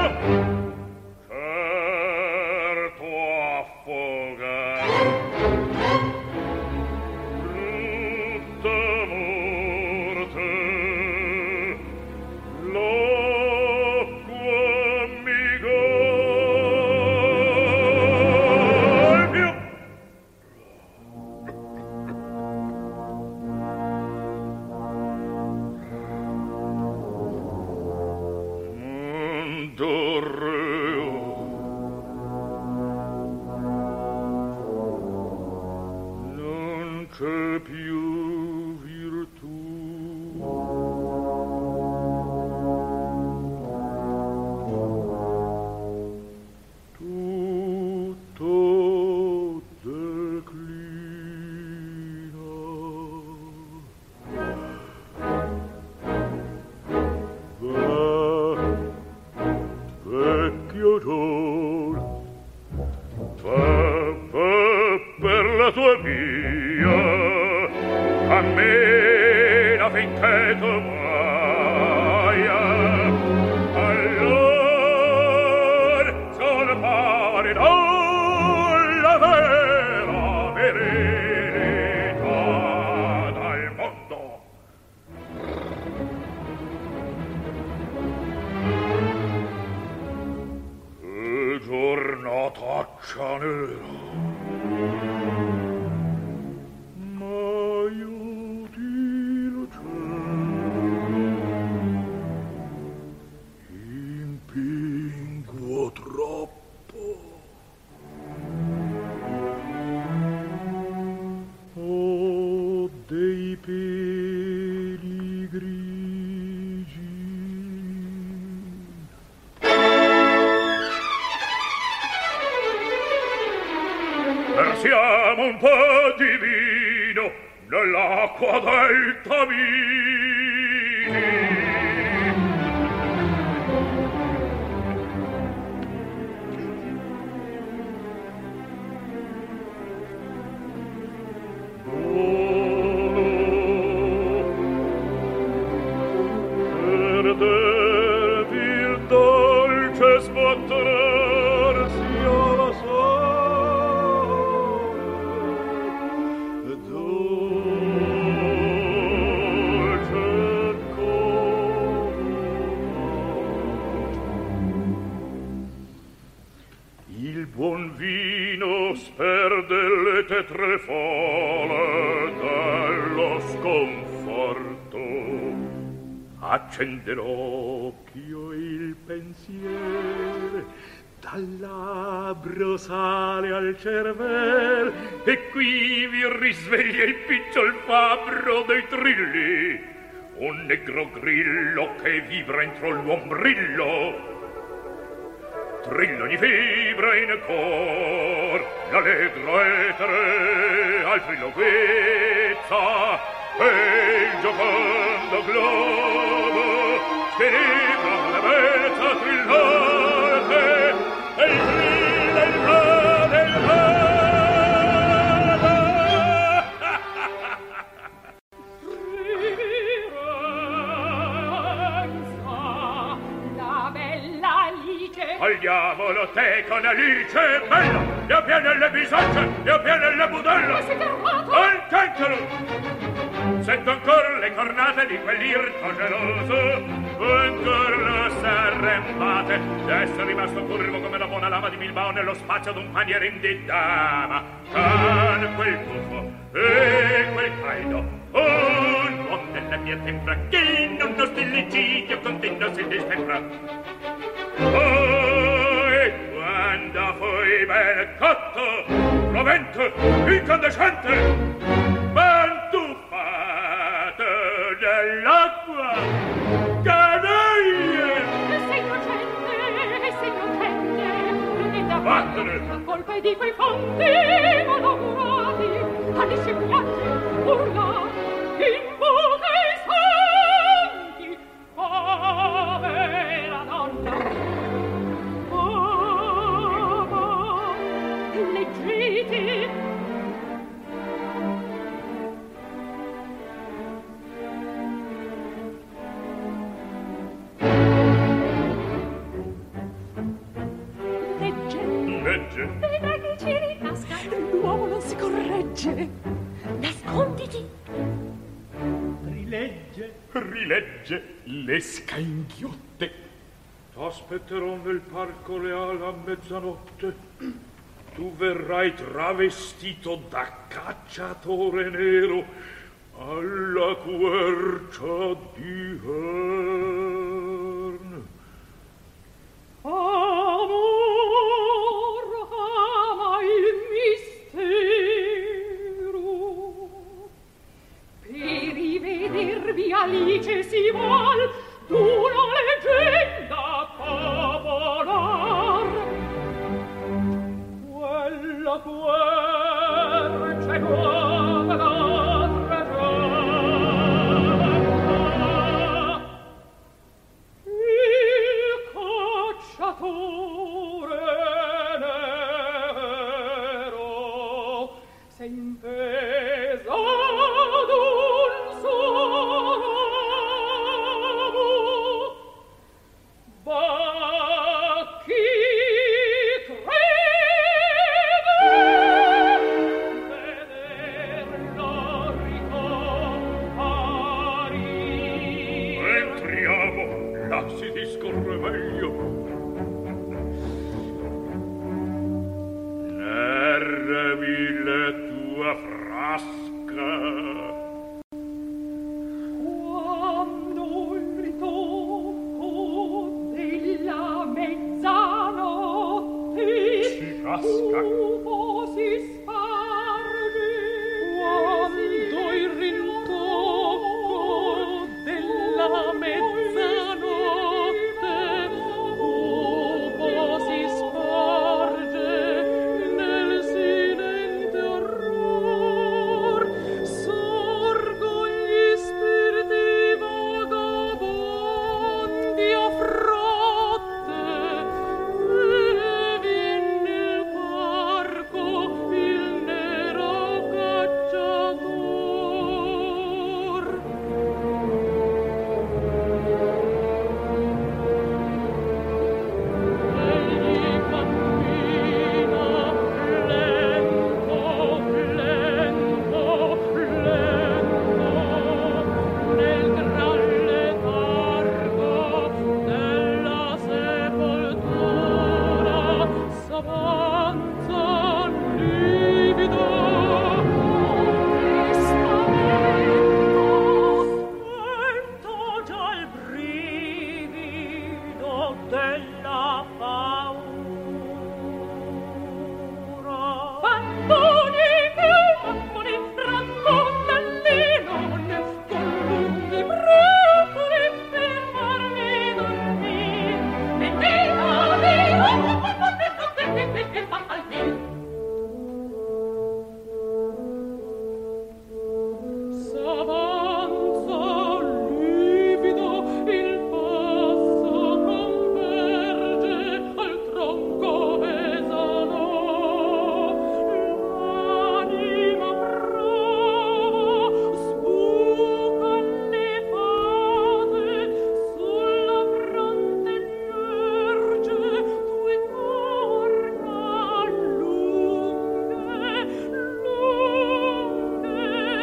certo affogare. Brutta morte, l'acqua mi golpia. Non c'è più virtù. Tutto declina. Va, vecchio Giol, va per la tua via, cammina finché tu muoia. Allora sono pari la vera verità dal mondo. Che giornataccia nera, ma io ti lo impingo troppo. Ho dei peli grigi. Versiamo un po' di vino nell'acqua del Tamini. Perdevi il dolce sbattersi alla sole, dolce come il buon vino sperde le tetrefole dallo sconforto. Accende l'occhio il pensiero, dal labbro sale al cervel, e qui vi risveglia il picciol fabbro dei trilli, un negro grillo che vibra entro l'uombrillo. Trillo ogni fibra in cor, l'allegro etere al trillo guizza, e il giocondo globo squilibra la bellezza trillante, e il trillo il rode il rode. Riverenza, la bella Alice. Al diavolo te con Alice, bella, ne ho piene le bisacce, ne ho piene le budelle. Ma siete armato? Al cancro! Sento ancora le cornate di quell'irto geloso, ancora lo s'arrembate d'essere rimasto curvo come la buona lama di Bilbao nello spazio d'un paniere in di dama. Con quel buffo e quel caldo, un uomo della mia tempra che in uno stillicidio continuo si distempra. Poi, quando fui ben cotto, rovente, incandescente, ben bene. La colpa è di quei fanti malaugurati, a dissembianti, urlati, invoca i santi, povera donna. Leggete. Legge. Veda che ci rinasca. L'uomo non si corregge. Nasconditi. Rilegge le scainghiotte. T'aspetterò nel parco reale a mezzanotte. Tu verrai travestito da cacciatore nero alla quercia di Herne. Amor, ama il mistero. Per rivedervi Alice si vuol d'una leggenda popolar. Quella quercia nuova da il cacciatore nero s'è inteso d'un solo uomo. Ma chi crede vederlo ricomparire? Entriamo, là si discorre meglio. Narrami la tua frasca. Quando il ritocco della mezzanotte Si casca. cupo si sparge. Quando il rintocco della mezzanotte cupo si sparge nel silente orror, sorgo gli spiriti vagabondi a frotte e viene nel parco il nero cacciator. Egli cammina lento, lento, lento nel gran letargo della sepoltura, s'avanza livido. Sento già il brivido della paura. Bamboni, bamboni, raccontallino con lunghi broccoli per farmi dormire. S'avanza livido, il passo converge al tronco esano. L'anima prova, sbucan le fate, sulla fronte gnerge due corna lunghe, lunghe,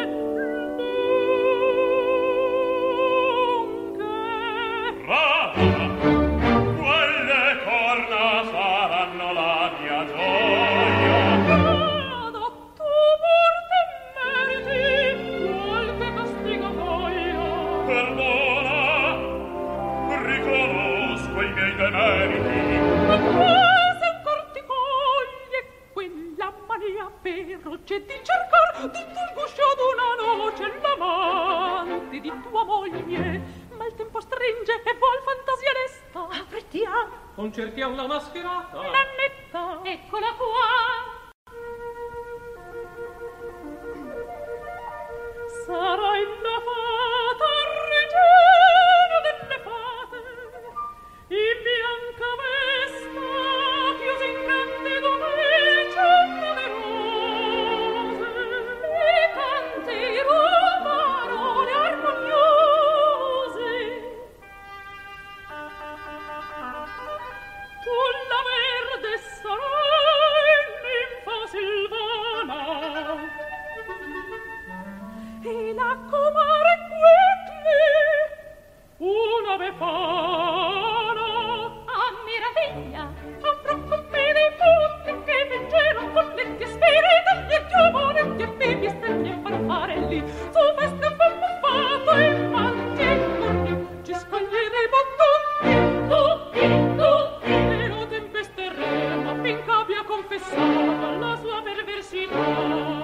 Brava! Quelle corna saranno la mia gioia. Vada, tu morte meriti, qualche castigo voglia. Perdona, riconosco i miei demeriti. Ma cosa ancor ti coglie quella mania feroce di cercar di tul guscio d'una noce l'amante di tua moglie? Ma il tempo stringe e vuol fantasia lesta. Affrettiamo, Concertiamo la mascherata. Nannetta, Eccola qua. Sarai la fata regina delle fate, in bianca vesta chiusa in grande domenico di rose, e canterò parole armoniose. Tu la verde sarai, ninfa silvana, e la comare quietly una befana. A meraviglia avrò con me dei punti che vinceron con le tue spirite gli giovani e bevi esterni e fanfarelli su feste fammato e manti e corni ci scoglierei tutti però tempesteremo finché abbia confessato la sua perversità.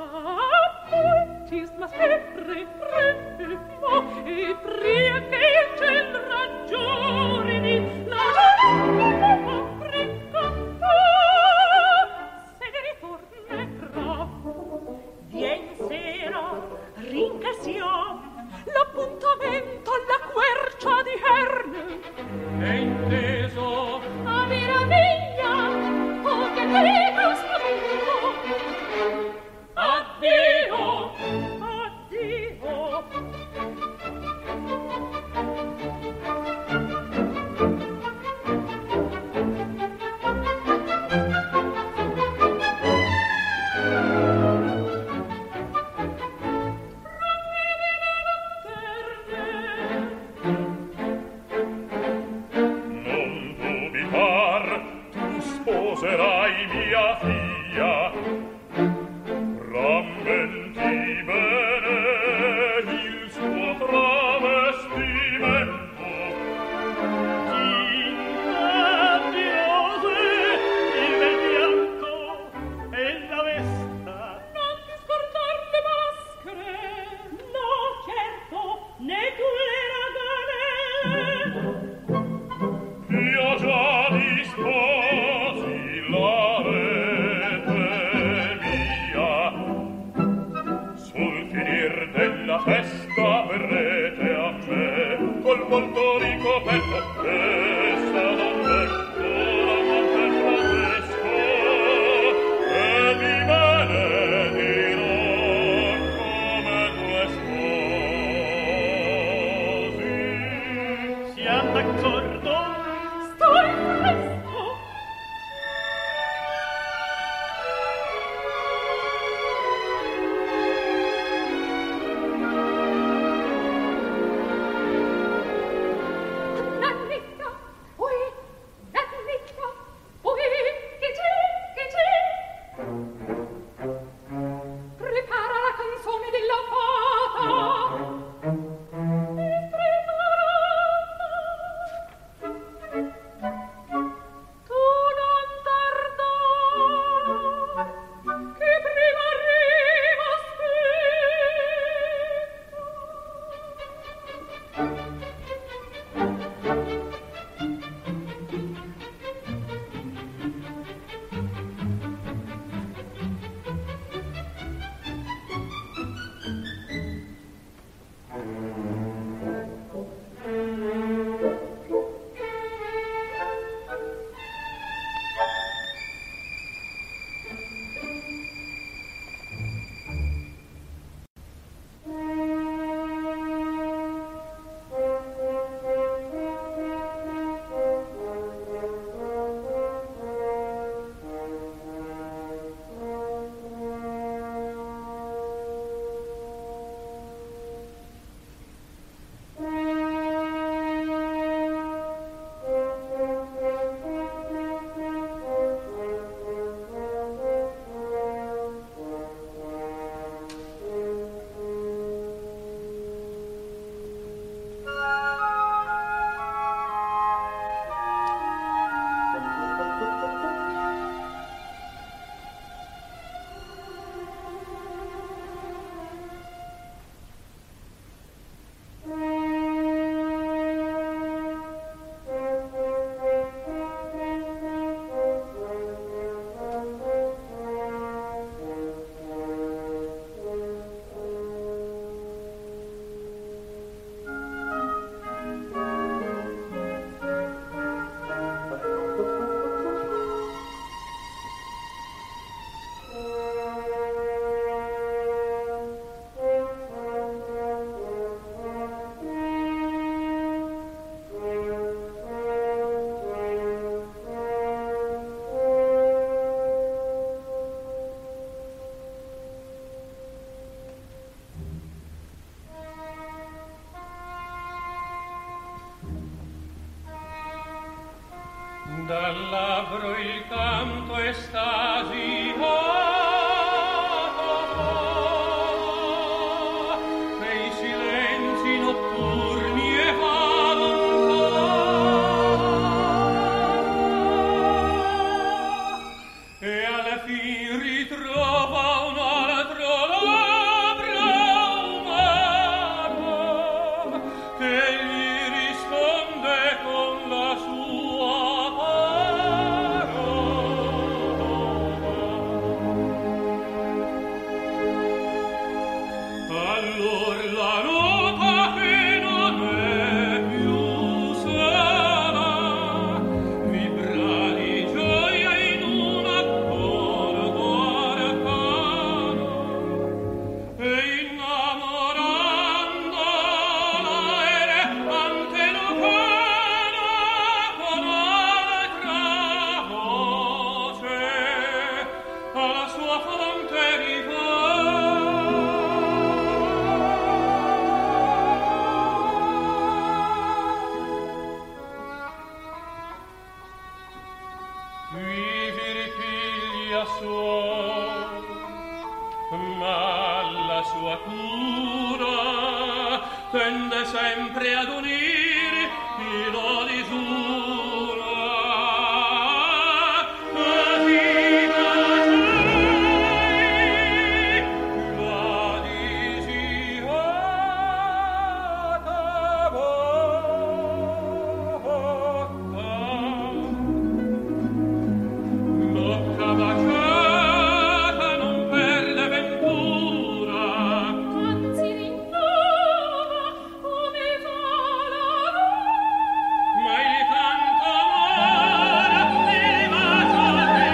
Cisma sempre premo e pria che il ciel ragioni la giornata ricanta se ne ritornerà. Vien sera, rincasiam l'appuntamento alla quercia di Herne. È inteso a meraviglia o che prego spavento. Addio, addio. Non dubitar, tu sposerai mia figlia. Rammenti bene il suo travestimento. Incapiose il bel bianco e la vesta. Non ti scordar le maschere. No, certo, né tu le ragane. Io già disposi la rete mia. Sul finir della festa verrete a me col volto ricoperto che sarà letto da Monte Francesco e vi benedirò come due sposi. Siamo d'accordo? Stai presto. dal labbro il canto estasiato nei silenzi notturni e va lontano e alla fin ritrova un altro labbro umano che gli risponde con la sua allor la nota che non è più sola vibra di gioia in un accordo arcano e innamorandola errante lucana con altra voce alla sua fonte ritorna. Vivi piglia suon, ma la sua cura tende sempre ad unire filo di giura. Così nascei la disiata bocca baciata non perde ventura, Anzi rinnova come fa la ma il canto amore il bacio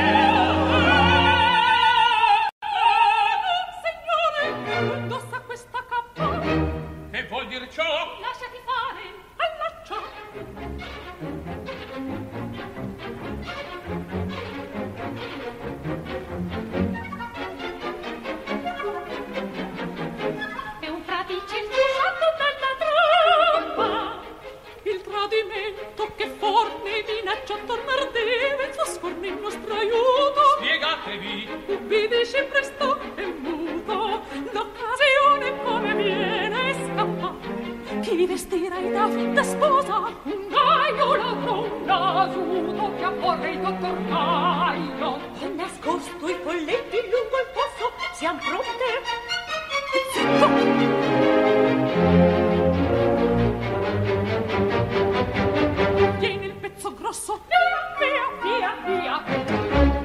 Signore, indossa questa cappa, che vuol dir ciò? lasciati fare, allaccia. È un tradimento dalla troppa, il tradimento che forni minaccia tornar deve, il suo scorno in nostro aiuto. Spiegatevi, Ubbidisci presto e muto, l'occasione come viene scappa. Chi vestirai da sposa? Un gaio, l'altro un nasuto, che apporre il dottor Gaio. Ho nascosto i folletti lungo il fosso, siam pronte? Zitto! Tieni il pezzo grosso, via, via, via, via.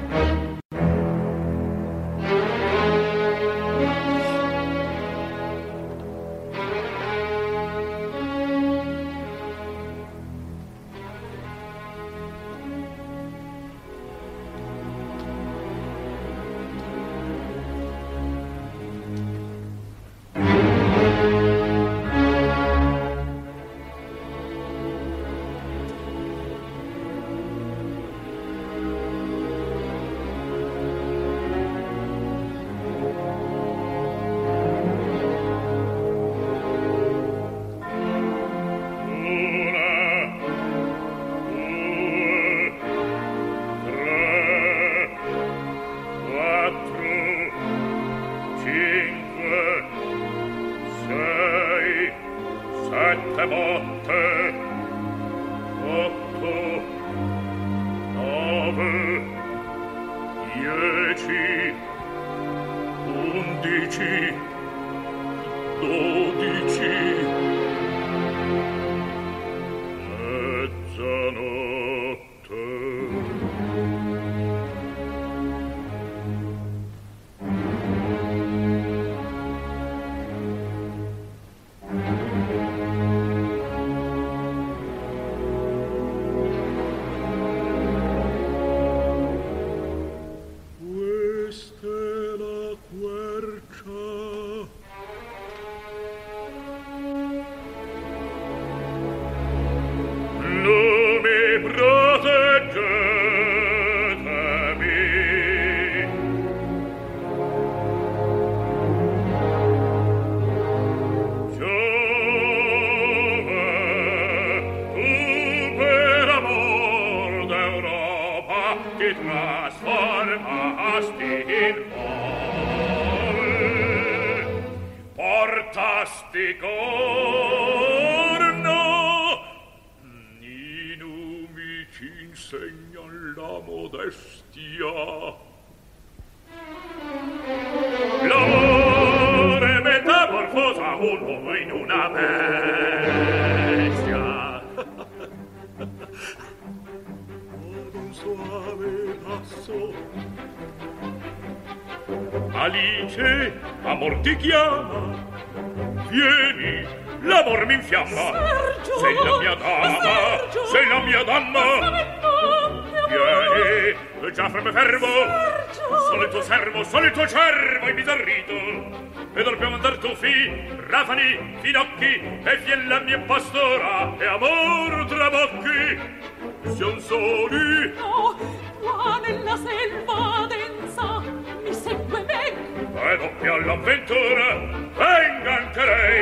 Sette botte, 8, 9, 10, 11, 12, mezzanotte. Questa è la quercia fantastico i numi ci insegnan la modestia. L'amore metamorfosa un uomo in una bestia. Ad un soave lasso Alice, amor ti chiama. Vieni, l'amor mi infiamma. Sergio! Sei la mia dama, Sergio! sei la mia dama. Vieni, già fermo. Sergio! Solo il tuo servo, solo il tuo cervo è bizzarrito. E dobbiamo andar tuffi, rafani, finocchi, e fien la mia pastora, e amor trabocchi. Siamo soli. No, qua nella selva densa mi segue me. E doppia l'avventura, venga anche lei.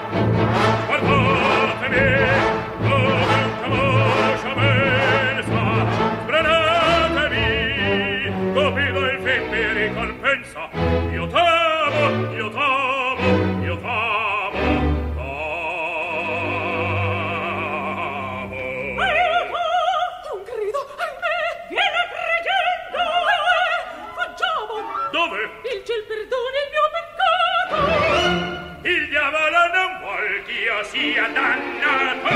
Guardatemi, come un camoscia mensa. Sbranatevi, Cupido il fin mi ricompensa. Io t'amo, io t'amo, io t'amo, t'amo. Aiuto! Un grido, ahimè! Viene pregendo! Fuggiamo! Dove? Il ciel perdoni il mio peccato! Il diavolo non vuol che io sia dannato.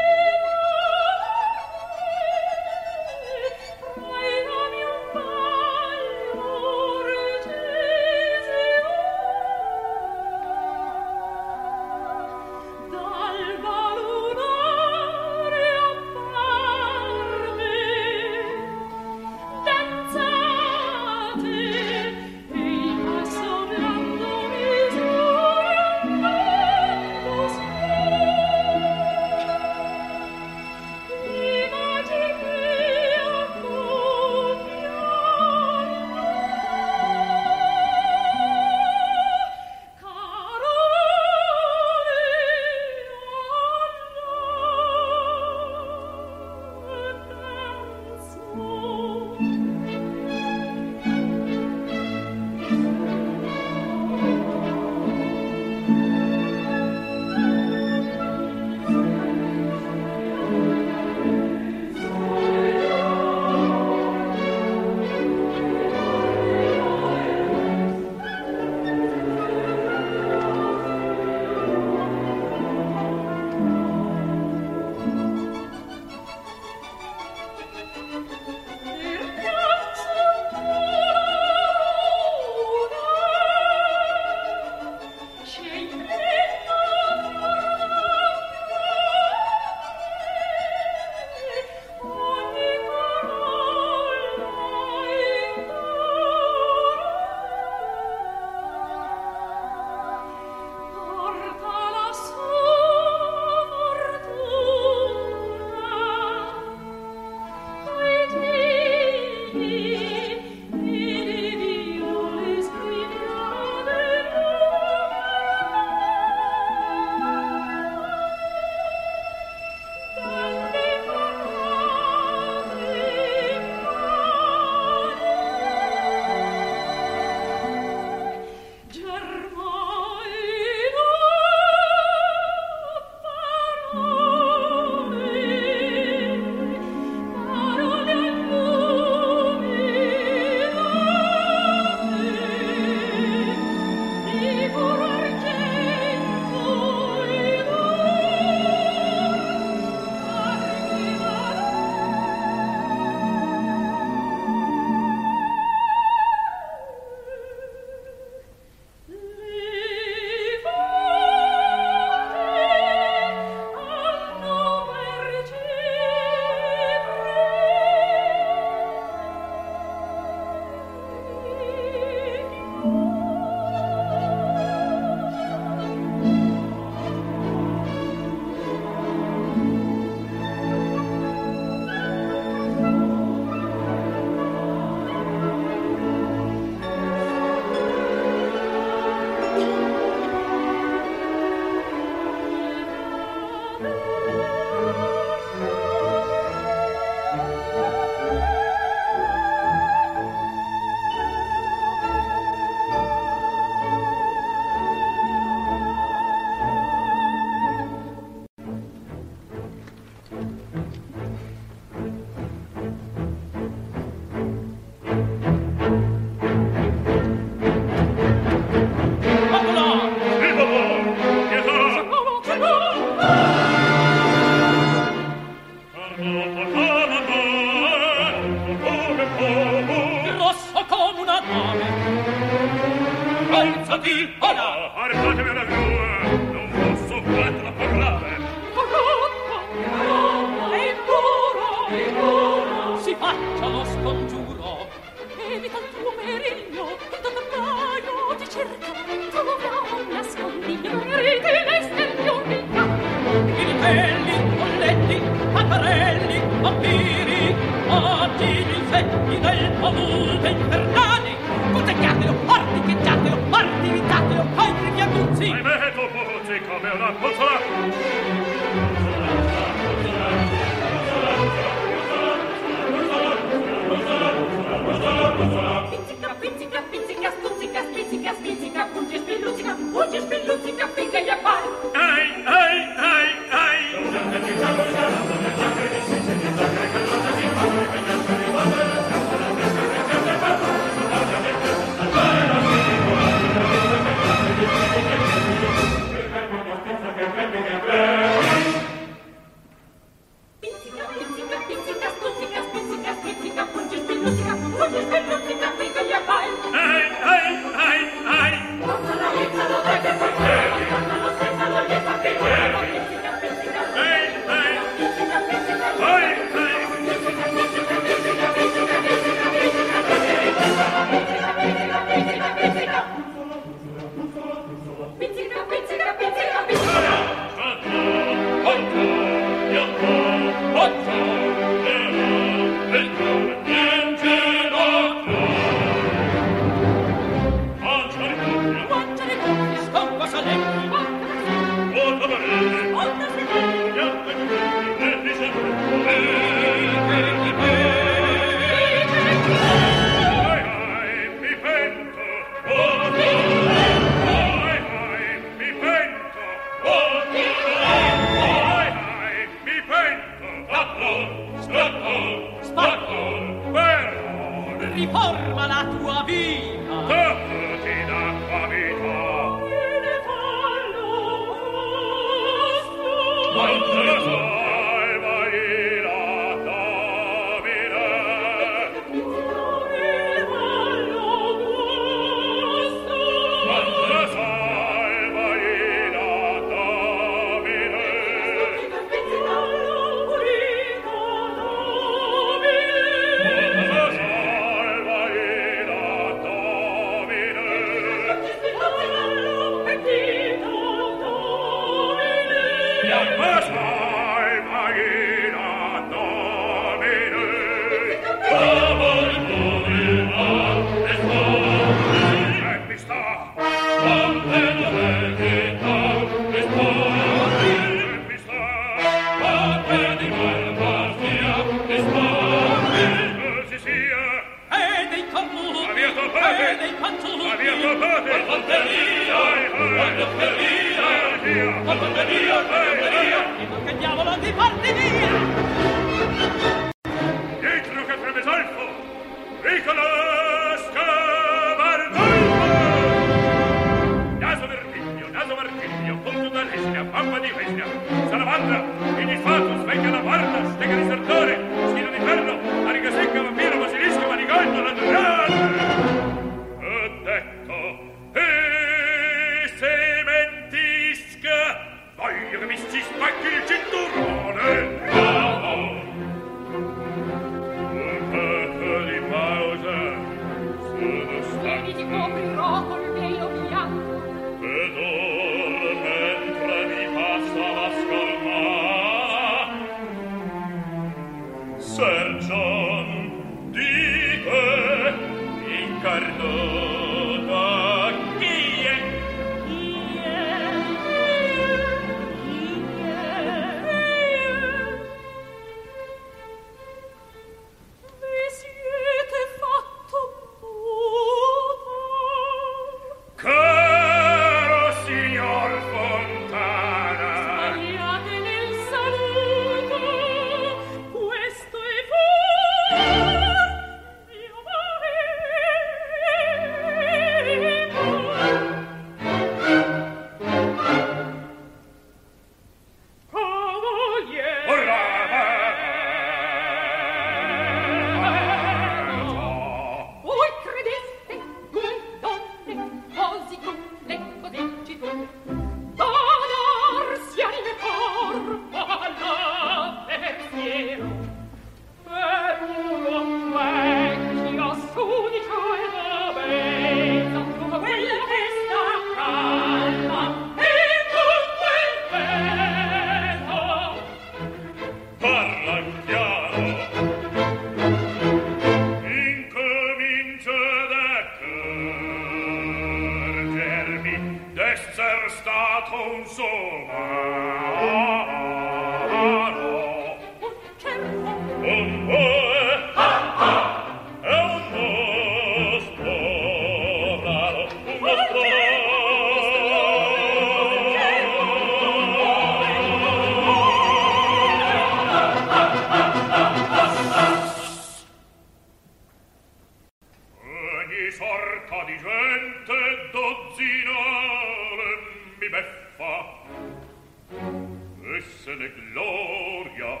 gloria.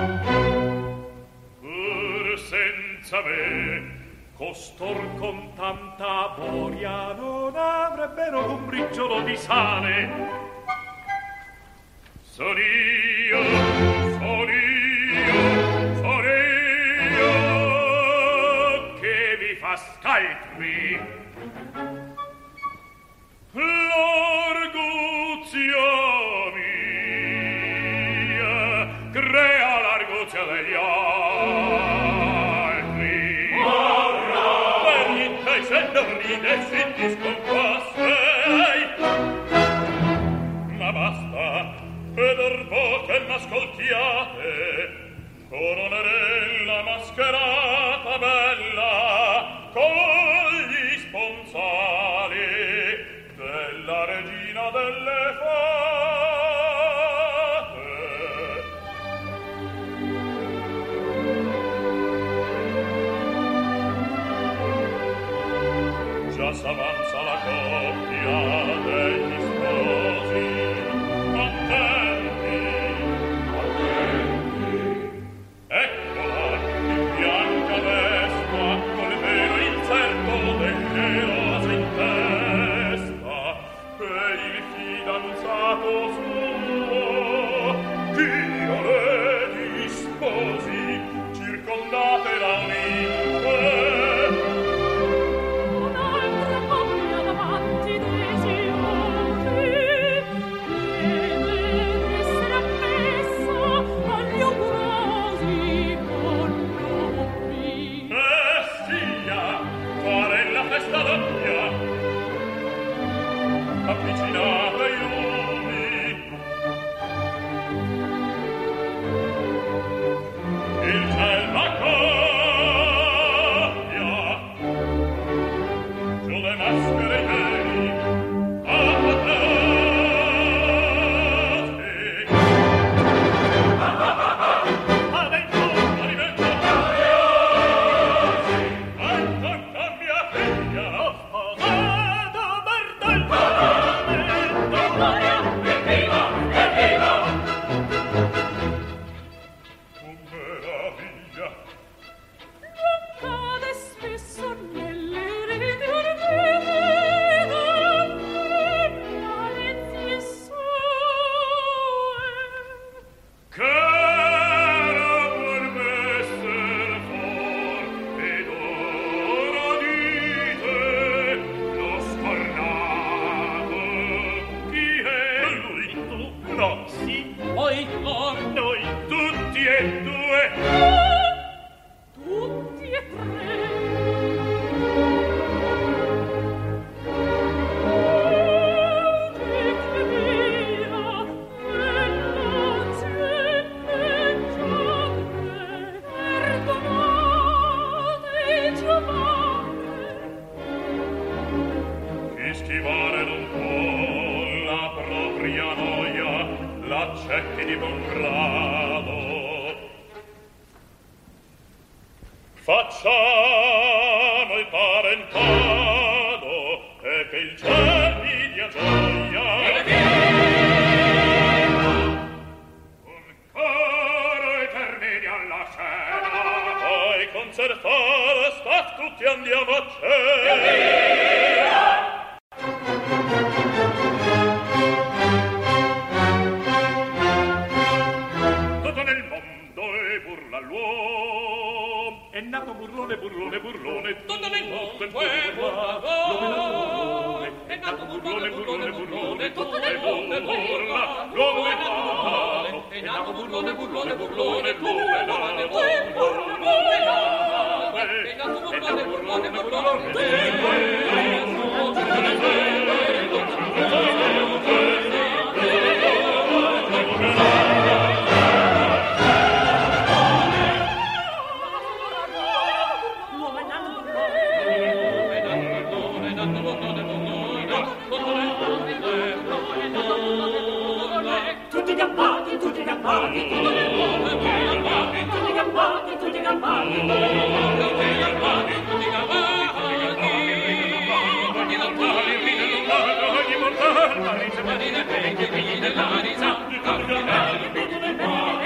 Pur senza me, costor con tanta boria non avrebbero un briciolo di sale. Son io che vi fa scaltri. L'arguzia mia crea l'arguzia degli altri. Per intese non ridessi di scomposte. Ma basta, per voi che m'ascoltiate, coronerella mascherata bella con gli sponsali della regina delle fate. Già s'avanza la coppia degli sposi, contenti. Eccola, in bianca vespa, col velo incerto delle rose in testa, e il fidanzato suo. Dio le disposi, circondate la unite. Un'altra coppia davanti desiosi, deve essere ammessa agli augurosi connopi. Sia, fare la festa doppia, avvicinate i lumi. Il ciel m'accoppia, giù le maschere i veli, Cade spesso nelle reti ormene la lezie sue. cara per messer for, ed ora dite lo scornato chi è? Lui, tu, no, sì, Poi noi, tutti e due. Tutti e tre. Che via, grazie, perdonate, giovane. Chi schivare non può la propria noia, l'accetti di buon grado. Facciamo il parentado e che il ciel mi dia gioia. Un coro eterni alla scena, poi concertare stat tutti andiamo a cena. Tutto nel mondo è burla l'uomo, è nato burlone, burlone, burlone. Tutto nel mondo è burla, burlone, è nato burlone, burlone, burlone. tutto nel mondo è burla, l'uomo è burlone, è nato burlone, burlone, burlone, l'uomo è nato burlone, burlone, burlone. Tutti gambati, tutti gambati, tutti gambati, tutti gambati, tutti gambati, Ogni mortale,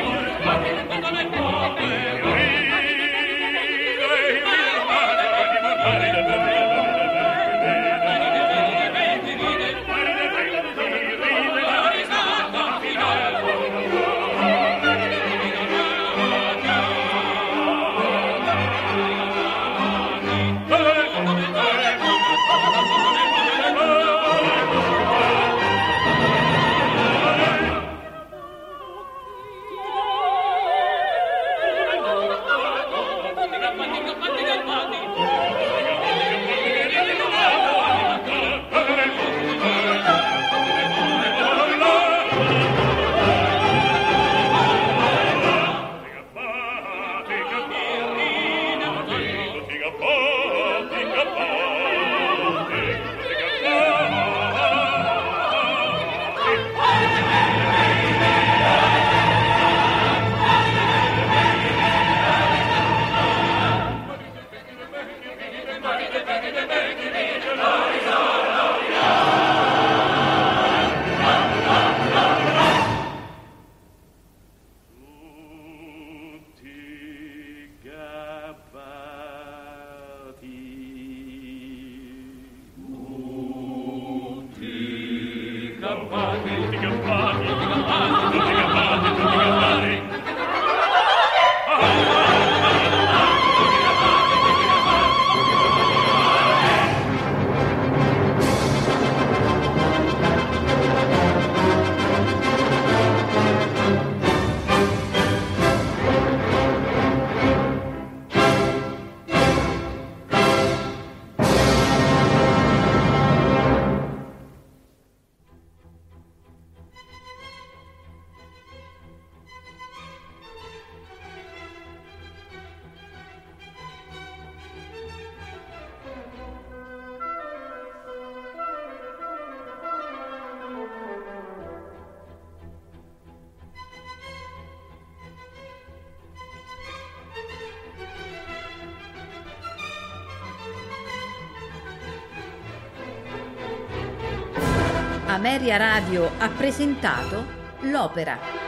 Ameria Radio ha presentato l'opera.